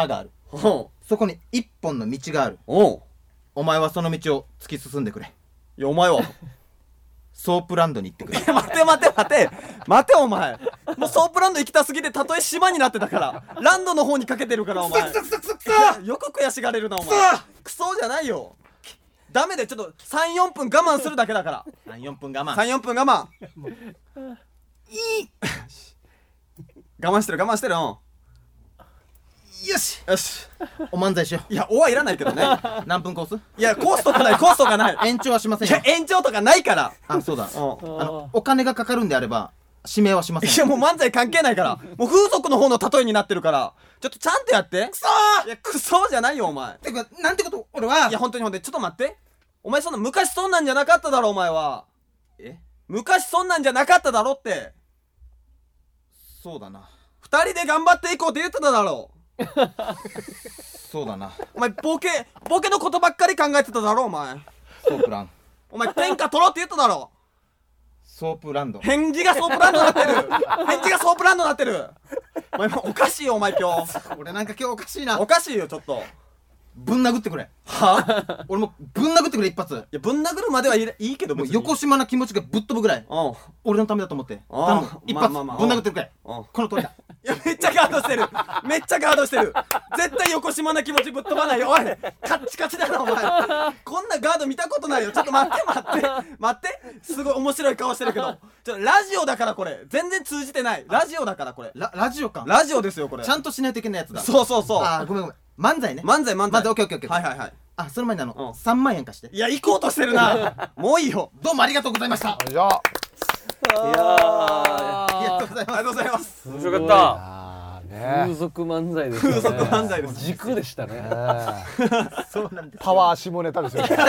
そこに一本の道がある。 おお前はその道を突き進んでくれ。 いやお前はソープランドに行ってくれ。 待て待て待て待てお前もうソープランド行きたすぎてたとえ島になってたからランドの方にかけてるからお前よく悔しがれるなお前クソじゃないよダメでちょっと さん,よん 分我慢するだけだからさん,よん 分我慢さん,よん 分我慢いい我慢してる我慢してるうんよしよしお漫才しよういやおはいらないけどね何分コースいやコースとかないコースとかない延長はしませんいや延長とかないからあそうだあのお金がかかるんであれば指名はしませんいやもう漫才関係ないからもう風俗の方の例えになってるからちょっとちゃんとやってくそーいやクソじゃないよお前てかなんてこと俺はいや本当にほんでちょっと待ってお前そんな昔そんなんじゃなかっただろお前はえ昔そんなんじゃなかっただろってそうだな二人で頑張っていこうって言ってただろそうだなお前ボケボケのことばっかり考えてただろお前ソープランお前天下取ろうって言っただろソープランド返事がソープランドになってる返事がソープランドになってるお前おかしいよお前今日俺なんか今日おかしいなおかしいよちょっとぶん殴ってくれは俺もぶん殴ってくれ一発いやぶん殴るまではいいいいけどもう別に横島な気持ちがぶっ飛ぶぐらいうん俺のためだと思ってあ頼む一発ぶんまあまあまあ殴ってくれうんこの通りだいやめっちゃガードしてるめっちゃガードしてる絶対横島な気持ちぶっ飛ばないよおいカッチカチだなお前こんなガード見たことないよちょっと待って待って待ってすごい面白い顔してるけどちょっとラジオだからこれ全然通じてないラジオだからこれララジオかラジオですよこれちゃんとしないといけないやつだそうそうそうあーごめんごめん漫才ね漫才漫才漫才オッケーオッケーオッケーはいはいはいあその前にあのうんさんまんえん貸していや行こうとしてるなもういいよどうもありがとうございましたじゃあいやありがとうございますありがとうございます面白かったあーね風俗漫才ですね風俗漫才です軸でしたねそうなんですパワー下ネタですよね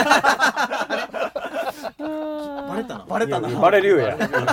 バレたなバレたなバレるよや隠しだ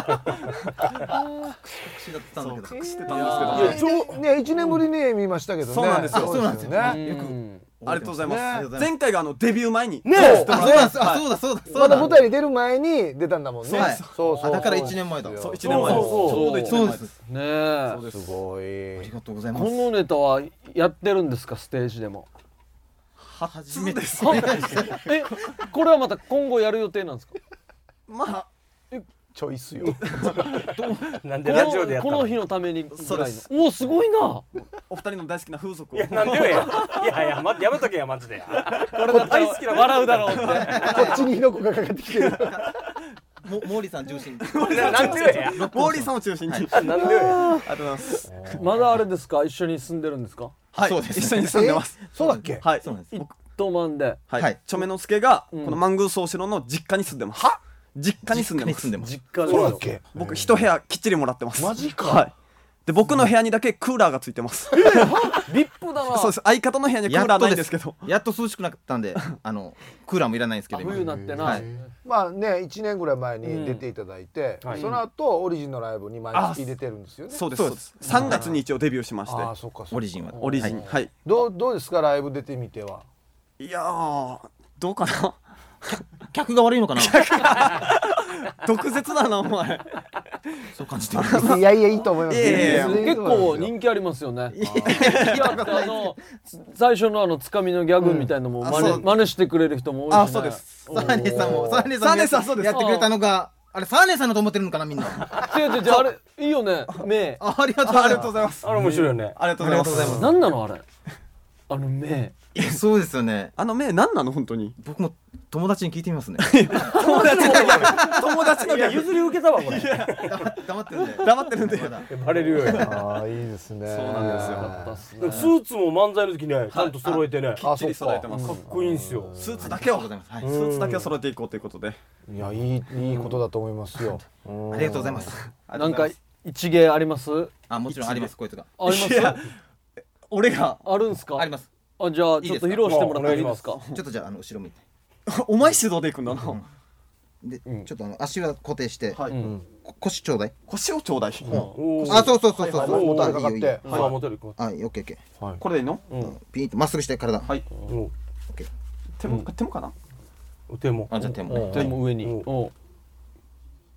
ったんだけど隠してたんですけどいやちょね一年ぶりに見ましたけどねそうなんですよそうなんですよねよくありがとうございねます前回があのデビュー前にねあそうだそうだそうだそうだまだ舞台に出る前に出たんだもんねはいそうそうあだからいちねんまえだそういちねんまえですちそうそうょうどいちねんまえですねえそうですすごあいりがとうございますこのネタはやってるんですかステージでも初めてですえこれはまた今後やる予定なんですかまあチョイスよなんでラジオでやったのこの日のためにぐそうですらいのおおすごいなお二人の大好きな風俗をいやなんでよやいやいや、ま、やめとけやマジでこれ大好きな笑うだろうってこっちに火の粉がかかってきてるも毛利さん中心なんでよやモーリーさんを中心にありなんでよやがとうございますまだあれですか一緒に住んでるんですかはいそうです一緒に住んでますそうだっけはいそうなんです一棟満でははいいチョメノスケがこうんのマングース大城の実家に住んでますは実家に住んでます住んでます実家でそうだっけ僕一部屋きっちりもらってますマジかはいで僕の部屋にだけクーラーがついてますリップだなそうです相方の部屋にはクーラーないんですけどやっと涼しくなったんであのクーラーもいらないんですけど今冬になってな、 はいまあねいちねんぐらい前に出ていただいてはいその後オリジンのライブに毎月出てるんですよねそうですそうですさんがつに一応デビューしましてああそっかそっかオリジンはオリジンはいどうどうですかライブ出てみてはいやーどうかな客が悪いのかな毒舌だなお前そう感じてるいやいやいいと思いますいやいやいや結構人気ありますよね。いやあの最初のあのつかみのギャグみたいのも真うんあそう似真似してくれる人も多いしね。 あそうですサーネさんもサーネサーさんネさんそうですやってくれたのがあれサーネさんのと思ってるのかなみんな違う違う違うあれいいよね目。 あありがとうありがとうございますあれ面白いよねありがとうございますなんなのあれ。あの目。 いやそうですよねあの目何なの本当に僕も友達に聞いてみますね友達のギャグ友達のギャグ譲り受けたわこれ黙ってるんで黙ってるんでまだバレるよやああいいですねそうなんですよだったっすねでもスーツも漫才の時ねちゃんと揃えてねきっちり揃えてますかっこいいんすよスーツだけをありがとうございますはいスーツだけを揃えていこうということでいやいいいいことだと思いますよありがとうございますなんか一芸あります？ あもちろんありますこいつがあります？ いや俺があるんすか？ ありますあじゃあちょっと披露してもらっていいですか？ ちょっとじゃああの後ろ向いてお前主導でいくんだなでちょっとあの足は固定してはいこ腰ちょうだい腰をちょうだいおーあそうそうそうそうはいはいもたれかかっていいよいいよまあモテる子あオッケーオッケーこれでいいのピーンとまっすぐして体はいお手も手もかな手もあじゃあ手もね手も上に。 うんお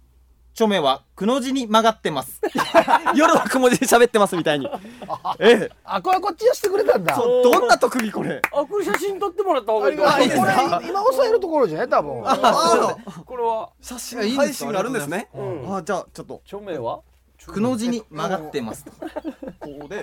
著名はくの字に曲がってます夜はくも字で喋ってますみたいにええあこれこっちがしてくれたんだ。 そうどんな特技これあこれ写真撮ってもらった方がいいかあいいですか。今押さえるところじゃない多分。 あこれは写真配信があるんですね。あじゃあちょっと著名はくの字に曲がってますとここで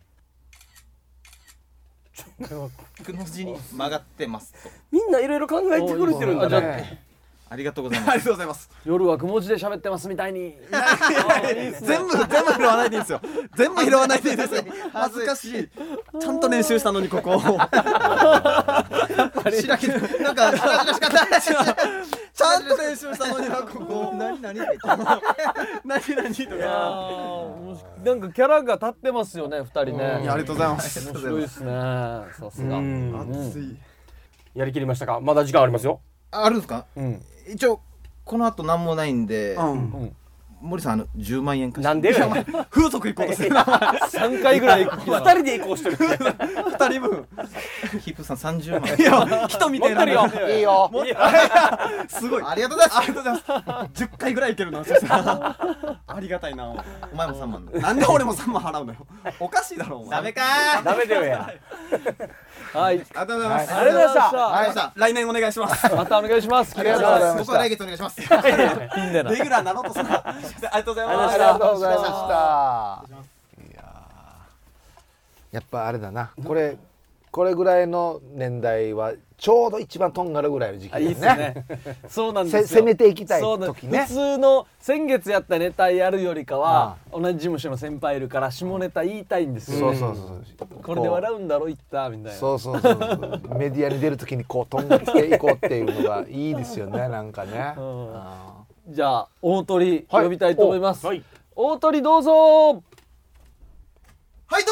くの字に曲がってますとみんないろいろ考えてくれてるんだね。 ありがとうございます。 ありがとうございます。 夜はくも字で喋ってますみたいに全部全部拾わないでいいですよ。全部拾わないでいいですよ。恥ずかしい。ちゃんと練習したのにここ。やっぱりなんかしかない。ちゃんと練習したのになここ。何何何何とか。 なんかキャラが立ってますよね二人ね。 ありがとうございます。 面白いですね。さすが。 熱い。 やりきりましたか。まだ時間ありますよ。 あるんですか。一応この後何もないんで、森さんあのじゅうまんえん貸して。 なんでよ。 風俗行こうとする。 三回ぐらい行く。 二人で行こうしてる。 二人分。ヒップさんさんじゅうまん。いや人みたいな。 いいよ。 すごい。ありがとうございます。ありがとうございます。じゅっかいぐらい行けるな。そしたらありがたいな。お前もさんまんだ。なんで俺もさんまん払うのよ。おかしいだろお前。ダメかー。 ダメだよや。 はい。 ありがとうございます。 ありがとうございました。 はい。来年お願いします。 またお願いします。 ありがとうございます。僕は来月お願いします。 ピンでな。 レギュラーなろうとする。ありがとうございます。 ありがとうございました。いややっぱあれだな。これこれぐらいの年代はちょうど一番とんがるぐらいの時期ですね。 そうなんですよ。 攻めていきたい時ね。 普通の先月やったネタやるよりかは同じ事務所の先輩いるから下ネタ言いたいんですよ。 そうそうそう。 これで笑うんだろ言ったみたいな。 そうそうそう。メディアに出る時にこうとんがっていこうっていうのがいいですよねなんかね。 じゃあ大鳥呼びたいと思います。大鳥どうぞ。 はいど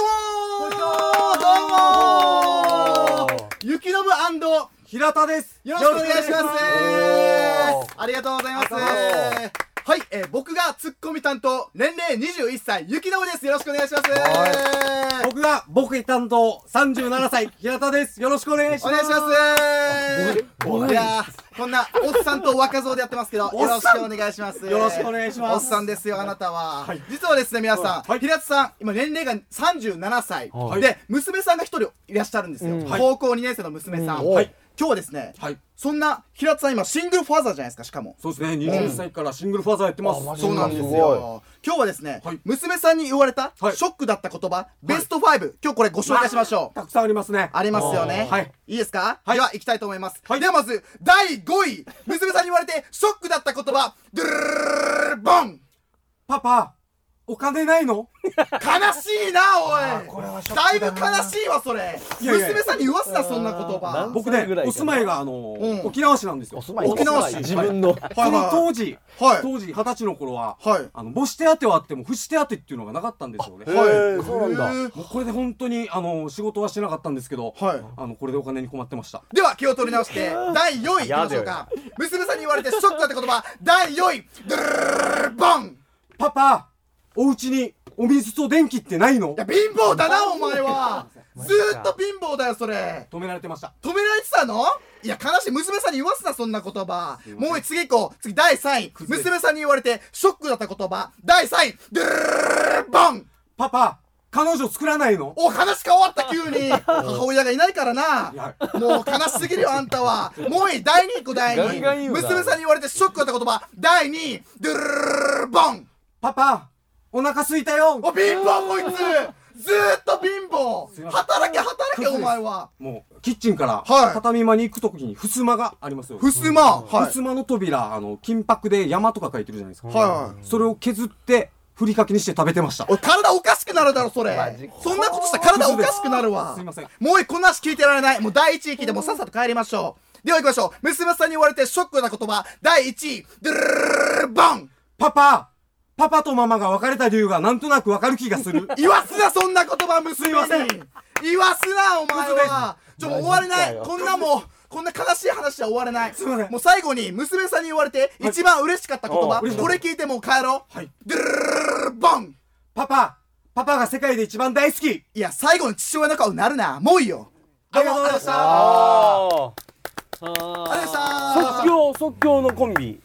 うもー。どうもー。雪のぶ&平田です。よろしくお願いします。ありがとうございます。はい、えー、僕がツッコミ担当、年齢にじゅういっさい、雪のぶです。よろしくお願いします。 僕がボケ担当、さんじゅうななさい、平田です。よろしくお願いします。 お願いします。いやー、こんなおっさんと若造でやってますけど、よろしくお願いします。 よろしくお願いします。 おっさんですよ、あなたは。はい、実はですね、皆さん、はい、平田さん、今年齢がさんじゅうななさい、はい、で、娘さんがひとりいらっしゃるんですよ。うん、高校にねんせいの娘さん。はい、今日はですね、はい、そんな平田さん今シングルファーザーじゃないですか。しかもそうですね、にじゅっさいからシングルファーザーやってます。 そうなんですよ。今日はですね、はい、娘さんに言われたショックだった言葉、はい、ベストご、今日これご紹介しましょう。 たくさんありますね。 ありますよね。 はい、 いいですか。 はい、 では行きたいと思います。はい、ではまずだいごい、娘さんに言われてショックだった言葉、ドゥルルルルボン。 パパお金ないの？ 悲しいなおい。だいぶ悲しいわそれ。娘さんに言わすなそんな言葉。 僕ねお住まいがあの沖縄市なんですよ。 沖縄市自分の。 その当時当時二十歳の頃はあの母子手当はあっても父子手当っていうのがなかったんですよね。 はいそうなんだ。 もうこれで本当にあの仕事はしてなかったんですけどあのこれでお金に困ってました。 では気を取り直してだいよんいいきましょうか。娘さんに言われてショックだって言葉だいよんいドゥルルルルボン。 パパお家にお水と電気ってないの？ いや貧乏だなお前は。ずーっと貧乏だよそれ。 止められてました。 止められてたの？いや悲しい。娘さんに言わすなそんな言葉。もう次行こう。次だいさんい、娘さんに言われてショックだった言葉だいさんいドゥルルルルボン。 パパ彼女作らないの？ お話変わった急に。母親がいないからな。もう悲しすぎるよあんたは。もういい。だいにいこだいにい。娘さんに言われてショックだった言葉だいにいドゥルルルルルボン。 パパお腹すいたよ。 お貧乏こいつ。ずーっと貧乏。働け働けお前は。 もうキッチンから畳間に行くときに襖がありますよ。 襖。 襖の扉あの金箔で山とか書いてるじゃないですか。はい。それを削ってふりかけにして食べてました。 おい体おかしくなるだろそれ。そんなことしたら体おかしくなるわ。 すいません。 もういいこんな話聞いてられない。もうだいいちい聞いてもうさっさと帰りましょう。では行きましょう。娘さんに言われてショックな言葉だいいちいドゥルルルルボン。 パパパパとママが別れた理由がなんとなくわかる気がする。 言わすなそんな言葉娘に。言わすなお前は。ちょもう終われない。こんなもうこんな悲しい話は終われない。 すいません。 もう最後に娘さんに言われて一番嬉しかった言葉、これ聞いてもう帰ろう。はい。ドゥルルルルボン。 パパパパが世界で一番大好き。 いや最後に父親の顔になるな。もういいよ。 ありがとうございました。 ありがとうございました。 即興即興のコンビ。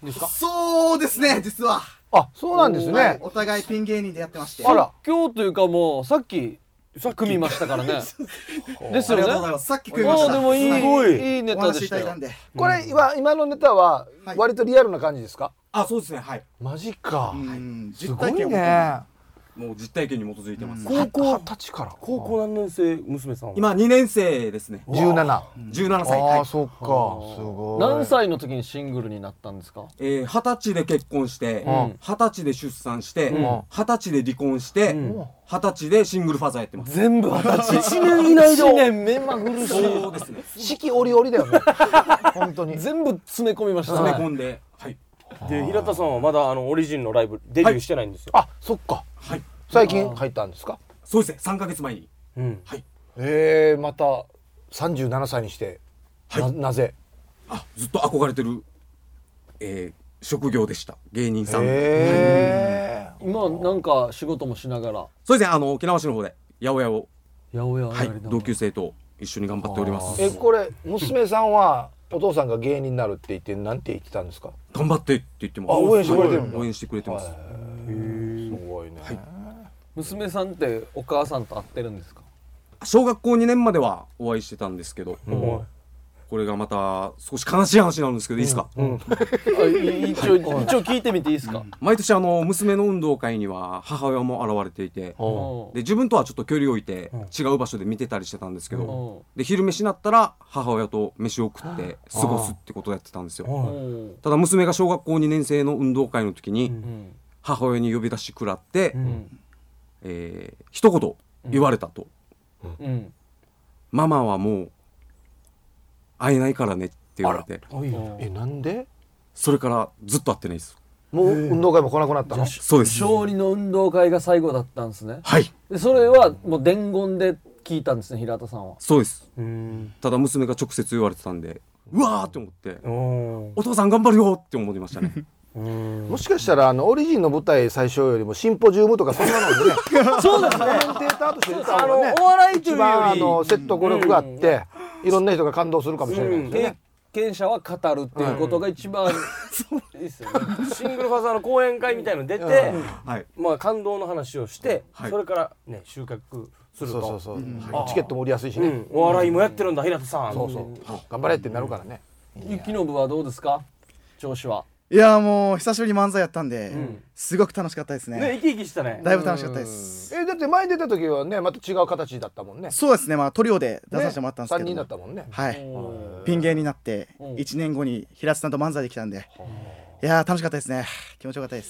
ですか？ そうですね、実は。 あ、そうなんですね。 お互いピン芸人でやってまして。 あら、今日というかもうさっきさっき組みましたからね。ですよね。 ありがとうございます。さっき組みました。 でもいいいいネタでしたよ。 これ今今のネタは割とリアルな感じですか？ あ、そうですね。はい。 マジか。 すごいね。 もう実体験に基づいてます。 高校二十歳から。 高校何年生娘さんは？ 今にねん生ですね。 十七。 十七歳。 ああ、そっか。すごい。 何歳の時にシングルになったんですか？ ええ、二十歳で結婚して、二十歳で出産して、二十歳で離婚して、二十歳でシングルファザーやってます。 全部二十歳。 一年以内で。 一年目まぐるしい。 そうですね。 四季折々だよね。本当に。 全部詰め込みましたね。 詰め込んで。はい。 で、平田さんはまだあのオリジンのライブデビューしてないんですよ。 あ、そっか。 はい。 最近入ったんですか？ そうですね。三ヶ月前に。 うん。 はい。 ええ、また三十七歳にして、なぜ？ あ、ずっと憧れてるえ職業でした。芸人さん。 今なんか仕事もしながら。 そうですね。あの沖縄市の方で八百屋を。 八百屋。 はい。同級生と一緒に頑張っております。 え、これ娘さんはお父さんが芸人になるって言ってなんて言ってたんですか？ 頑張ってって言ってます。 あ、応援してくれてるんだ。 応援してくれてます。 すごいね。 娘さんってお母さんと会ってるんですか？ 小学校にねんまではお会いしてたんですけど、これがまた少し悲しい話なんですけど、いいですか？ 一応一応聞いてみていいですか？ 毎年あの娘の運動会には母親も現れていて、で自分とはちょっと距離を置いて違う場所で見てたりしてたんですけど、で昼飯になったら母親と飯を食って過ごすってことをやってたんですよ。ただ娘が小学校にねん生の運動会の時に母親に呼び出し食らって、えー、一言言われたと、うんうん、ママはもう会えないからねって言われて。 え、なんで？ それからずっと会ってないです。 もう運動会も来なくなったの？ そうです。 小児の運動会が最後だったんですね。 はい。 でそれはもう伝言で聞いたんですね、平田さんは。 そうです。ただ娘が直接言われてたんで、うわーって思って、お父さん頑張るよって思いましたね。 もしかしたらあのオリジンの舞台最初よりもシンポジウムとかそんなのでねそうですね、 コメンテーターとして出た方がね、 お笑いというより一番あの説得力があって、いろんな人が感動するかもしれないですよね。 経験者は語るっていうことが一番いいですよね。 シングルファザーの講演会みたいの出て、まあ感動の話をして、それからね収穫すると、 そうそうそう、チケットも売りやすいしね。 お笑いもやってるんだ平田さん。 そうそう、頑張れってなるからね。 雪の部はどうですか、調子は？ いやもう久しぶりに漫才やったんで、うん、すごく楽しかったですね。 ね、生き生きしたね。 だいぶ楽しかったです。 え、だって前出た時はね、また違う形だったもんね。 そうですね、まあトリオで出させてもらったんですけど、 ね、さんにんだったもんね。 はい。ピン芸になっていちねんごに平津さんと漫才できたんで、いやー楽しかったですね。気持ちよかったです。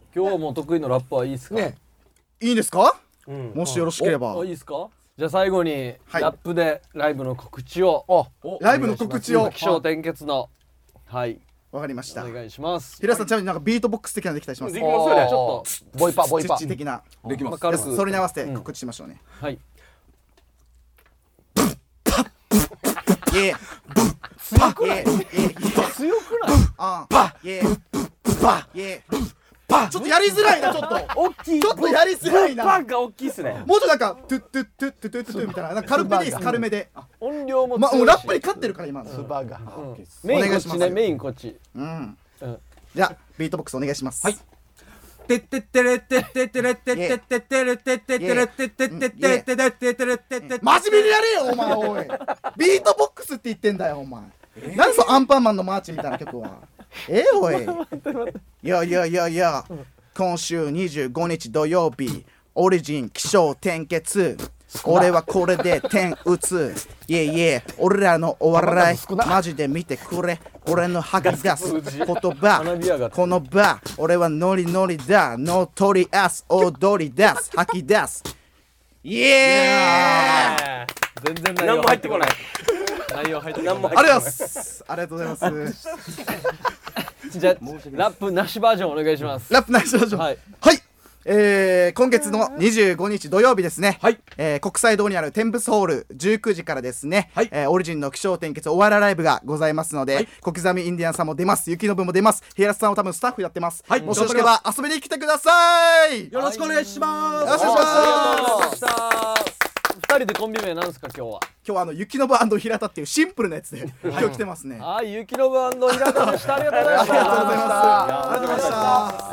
今日はもう得意のラップはいいですか？ね、 いいですか？うん、もしよろしければ。 いいですか？じゃあ最後にラップでライブの告知を。 ライブの告知を。 起承転結の。はい。 わかりました。 お願いします。 平田さん、ちなみになんかビートボックス的なのできたりします？ できますよね。 ちょっとボイパボイパ的なできます。 それに合わせて告知しましょうね。 はい。 イエー強くない？強くない？ ああイエーバイエーパちょっとやりづらいな、ちょっと大きい、 ちょっとやりづらいな。 パンが大きいっすね。 もうちょっとなんかトゥットゥットゥットゥットゥットゥみたいな軽めでいいです。軽めで音量もまあもうラップに勝ってるから今スバがメインこっちね、メインこっち。 うんじゃあビートボックスお願いします。 はい。てってってれってってってれってってってってれってってってれってってってってってってれってって真面目にやれよお前。おいビートボックスって言ってんだよお前。何そのアンパンマンのマーチみたいな曲は。えー、おいいやいやいやいや今週にじゅうごにち土曜日オリジン起承転結俺はこれで点打ついえいえ俺らのお笑いマジで見てくれ俺の吐き出す言葉この場俺はノリノリだノートリアス踊り出す吐き出すイエー全然何も入ってこない内容入ってこない。ありがとうございますありがとうございますじゃあラップなしバージョンお願いします。 ラップなしバージョンはい、はいえー、今月のにじゅうごにち土曜日ですね、はいえー、国際通りにあるテンブスホールじゅうくじからですね、はいえー、オリジンの起承転結お笑いライブがございますので、はい、小刻みインディアンさんも出ます、雪のぶも出ます、平田さんは多分スタッフやってます、はい、もしよろしければ遊びに来てください。 よろしくお願いします。 よろしくお願いします。 ふた人でコンビ名なんですか今日は。 今日はあの雪のぶ&平田っていうシンプルなやつで今日来てますね。 はい、雪のぶ&平田でした。ありがとうございました。 ありがとうございます。ありがとうございました。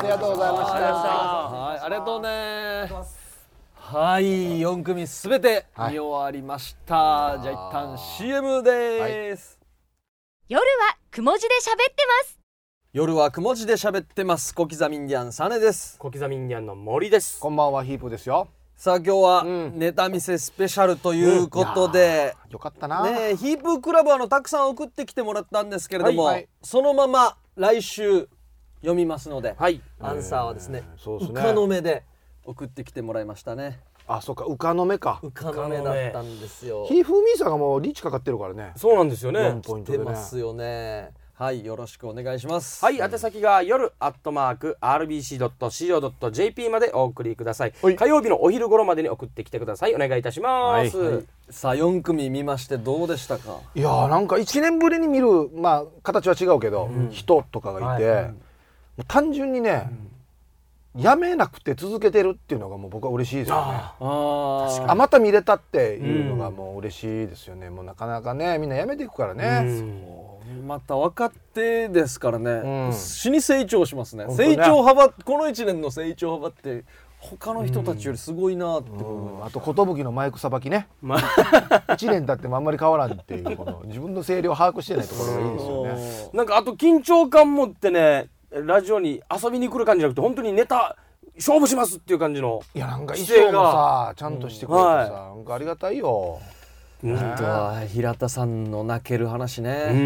ありがとうございました。 はい、ありがとうね。はい、よん組すべて見終わりました。はい、じゃあ一旦 シーエム です。 はい、夜はくも字で喋ってます。 夜はくも字で喋ってます。小刻みインディアンサネです。 小刻みインディアンの森です。 こんばんは、ヒープですよ。 さあ今日はネタ見せスペシャルということで、 うん、よかったな、 ね、ヒープクラブはあのたくさん送ってきてもらったんですけれども、はいはい、そのまま来週読みますので、はい、アンサーはですね、そうですね、うかの目で送ってきてもらいましたね。 あ、そうか、うかの目か。 うかの目だったんですよ。 ヒーフーミーさんがもうリーチかかってるからね。 そうなんですよね。 よんポイントでね。 出ますよね。はい、よろしくお願いします。 はい、宛先が夜アットマーク アールビーシードットシーオードットジェーピー までお送りください。火曜日のお昼頃までに送ってきてください。お願いいたします。はいはい、 さあよん組見ましてどうでしたか。 いやー、なんかいちねんぶりに見る、まあ形は違うけど、うん、人とかがいて、はいはい、もう単純にね、うん、やめなくて続けてるっていうのがもう僕は嬉しいですよね。ああ、確かに。あ、また見れたっていうのがもう嬉しいですよね。うん、もうなかなかね、みんなやめていくからね。うん、 また若手ですからね、うん、死に成長しますね。成長幅、このいちねんの成長幅って他の人たちよりすごいなって、 うん、あと寿のマイクさばきね、ま、いちねん経ってもあんまり変わらんっていうこの自分の声量を把握してないところがいいですよね。 なんかあと緊張感持ってね、ラジオに遊びに来る感じじゃなくて本当にネタ勝負しますっていう感じの。 いや、なんか衣装もさちゃんとしてくれてさ、うん、はい、なんかありがたいよ。 本当は平田さんの泣ける話ね、うん、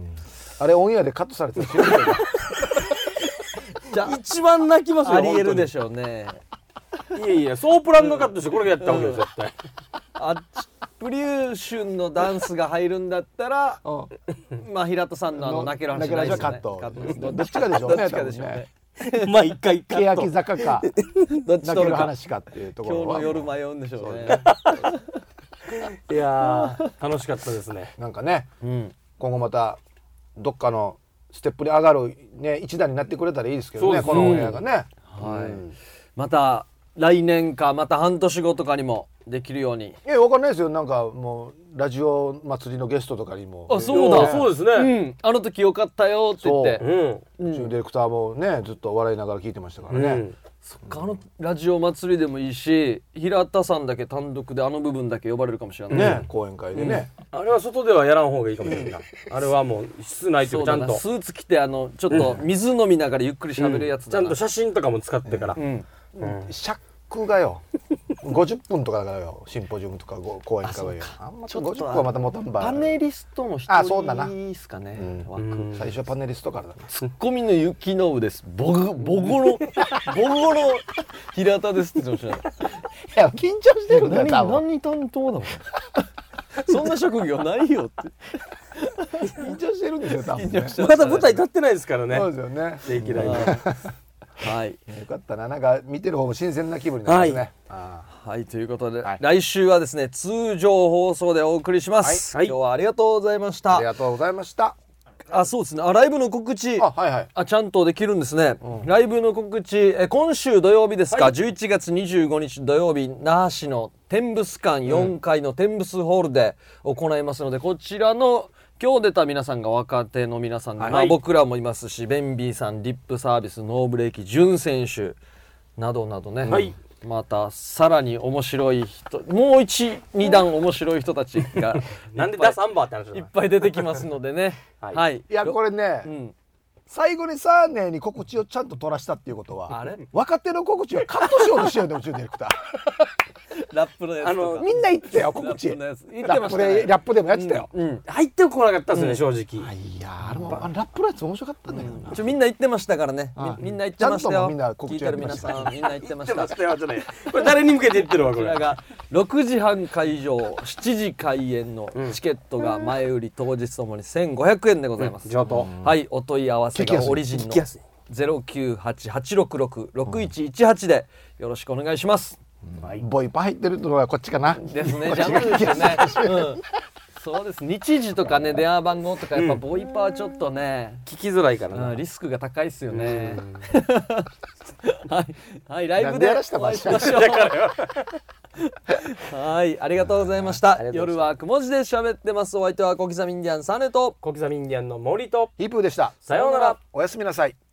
あれオンエアでカットされてる知らないじゃあ一番泣きますよ。 ありえるでしょうね。 いやいや、ソープランドカットしてこれやったわけよ、絶対。 あっちプリューシュンのダンスが入るんだったら、まあ平田さんのあの泣ける話ないですね。 カット。どっちかでしょうね。 どっちかでしょうね。 まあ一回カット。欅坂かどっちとる話かっていうところは。 今日の夜迷うんでしょうね。 いやー、楽しかったですね。 なんかね、うん、今後またどっかのステップに上がるね一段になってくれたらいいですけどね、このオンエアがね。 はい。うん、また来年かまた半年後とかにもできるように。 いや、わかんないですよ。なんかもうラジオ祭りのゲストとかにも。 あ、そうだ、 そうですね。 うん、あの時よかったよって言って。 うん。うちのディレクターもねずっと笑いながら聞いてましたからね。うん、 そっか、あのラジオ祭りでもいいし、平田さんだけ単独であの部分だけ呼ばれるかもしれないね、講演会でね、 うん、あれは外ではやらん方がいいかもしれないな。あれはもう室内というかちゃんとスーツ着てあのちょっと水飲みながらゆっくり喋るやつだな、 うん、ちゃんと写真とかも使ってから、 うんうん、尺がよごじゅっぷんとかだからよ、シンポジウムとか講演会はよ、あんまごじゅっぷんはまた持たんば。 パネリストの人いいですかね、 うん、最初はパネリストからだな。 ツッコミの雪の上です。ボグボゴのボゴの平田ですって言ってましたね。 いや、緊張してるんだよ。 何何担当だもんそんな職業ないよって緊張してるんですよ、多分ね。 まだ舞台立ってないですからね。 そうですよね。 できないね。 はい、 よかったな。なんか見てる方も新鮮な気分になりますね。 はい、はい、ということで、はい、来週はですね通常放送でお送りします、はい、今日はありがとうございました。 ありがとうございました。 あ、そうですね。あ、ライブの告知、 あ、はいはい、 あ、ちゃんとできるんですね、うん、ライブの告知、え今週土曜日ですか、はい、じゅういちがつにじゅうごにち土曜日、那覇市の天物館よんかいの天物ホールで行いますので、うん、こちらの今日出た皆さんが若手の皆さんで、はい、まあ、僕らもいますし、ベンビーさん、リップサービス、ノーブレーキ、ジュン選手などなどね、はい、またさらに面白い人、もう一、二段面白い人たちがなんでださんばんって話いっぱい出てきますのでねはい、はい、 いや、これね、うん、最後にサーネーに告知をちゃんと取らしたっていうことは、あれ若手の告知をカットしようとしてるんだよ、うちのディレクターラップのやつとか、 みんな言ってよ、告知。ラップで、ラップでもやってたよ。 うん、入ってこなかったですね、正直。 いや、あのラップのやつ面白かったんだけどな。 ちょ、みんな言ってましたからね。みんな言ってましたよ。聞いてる皆さん、みんな言ってました。 これ誰に向けて言ってるわ、これ。 こちらがろくじはん開場、しちじ開演のチケットが前売り当日ともにせんごひゃくえんでございます。はい、お問い合わせがオリジンのゼロきゅうはち はちろくろく ろくいちいちはちでよろしくお願いします。 はい、ボイパ入ってるのはこっちかなですね。ジャムですよね、うん、そうです。日時とかね、電話番号とかやっぱボイパはちょっとね、 うん、聞きづらいからな、 うん、リスクが高いですよねはい、はい、ライブでお会いしましょうはいありがとうございました。夜はくも字で喋ってます。お相手は小刻みインディアンサネと小刻みインディアンの森とヒープーでした。 さようなら。 おやすみなさい。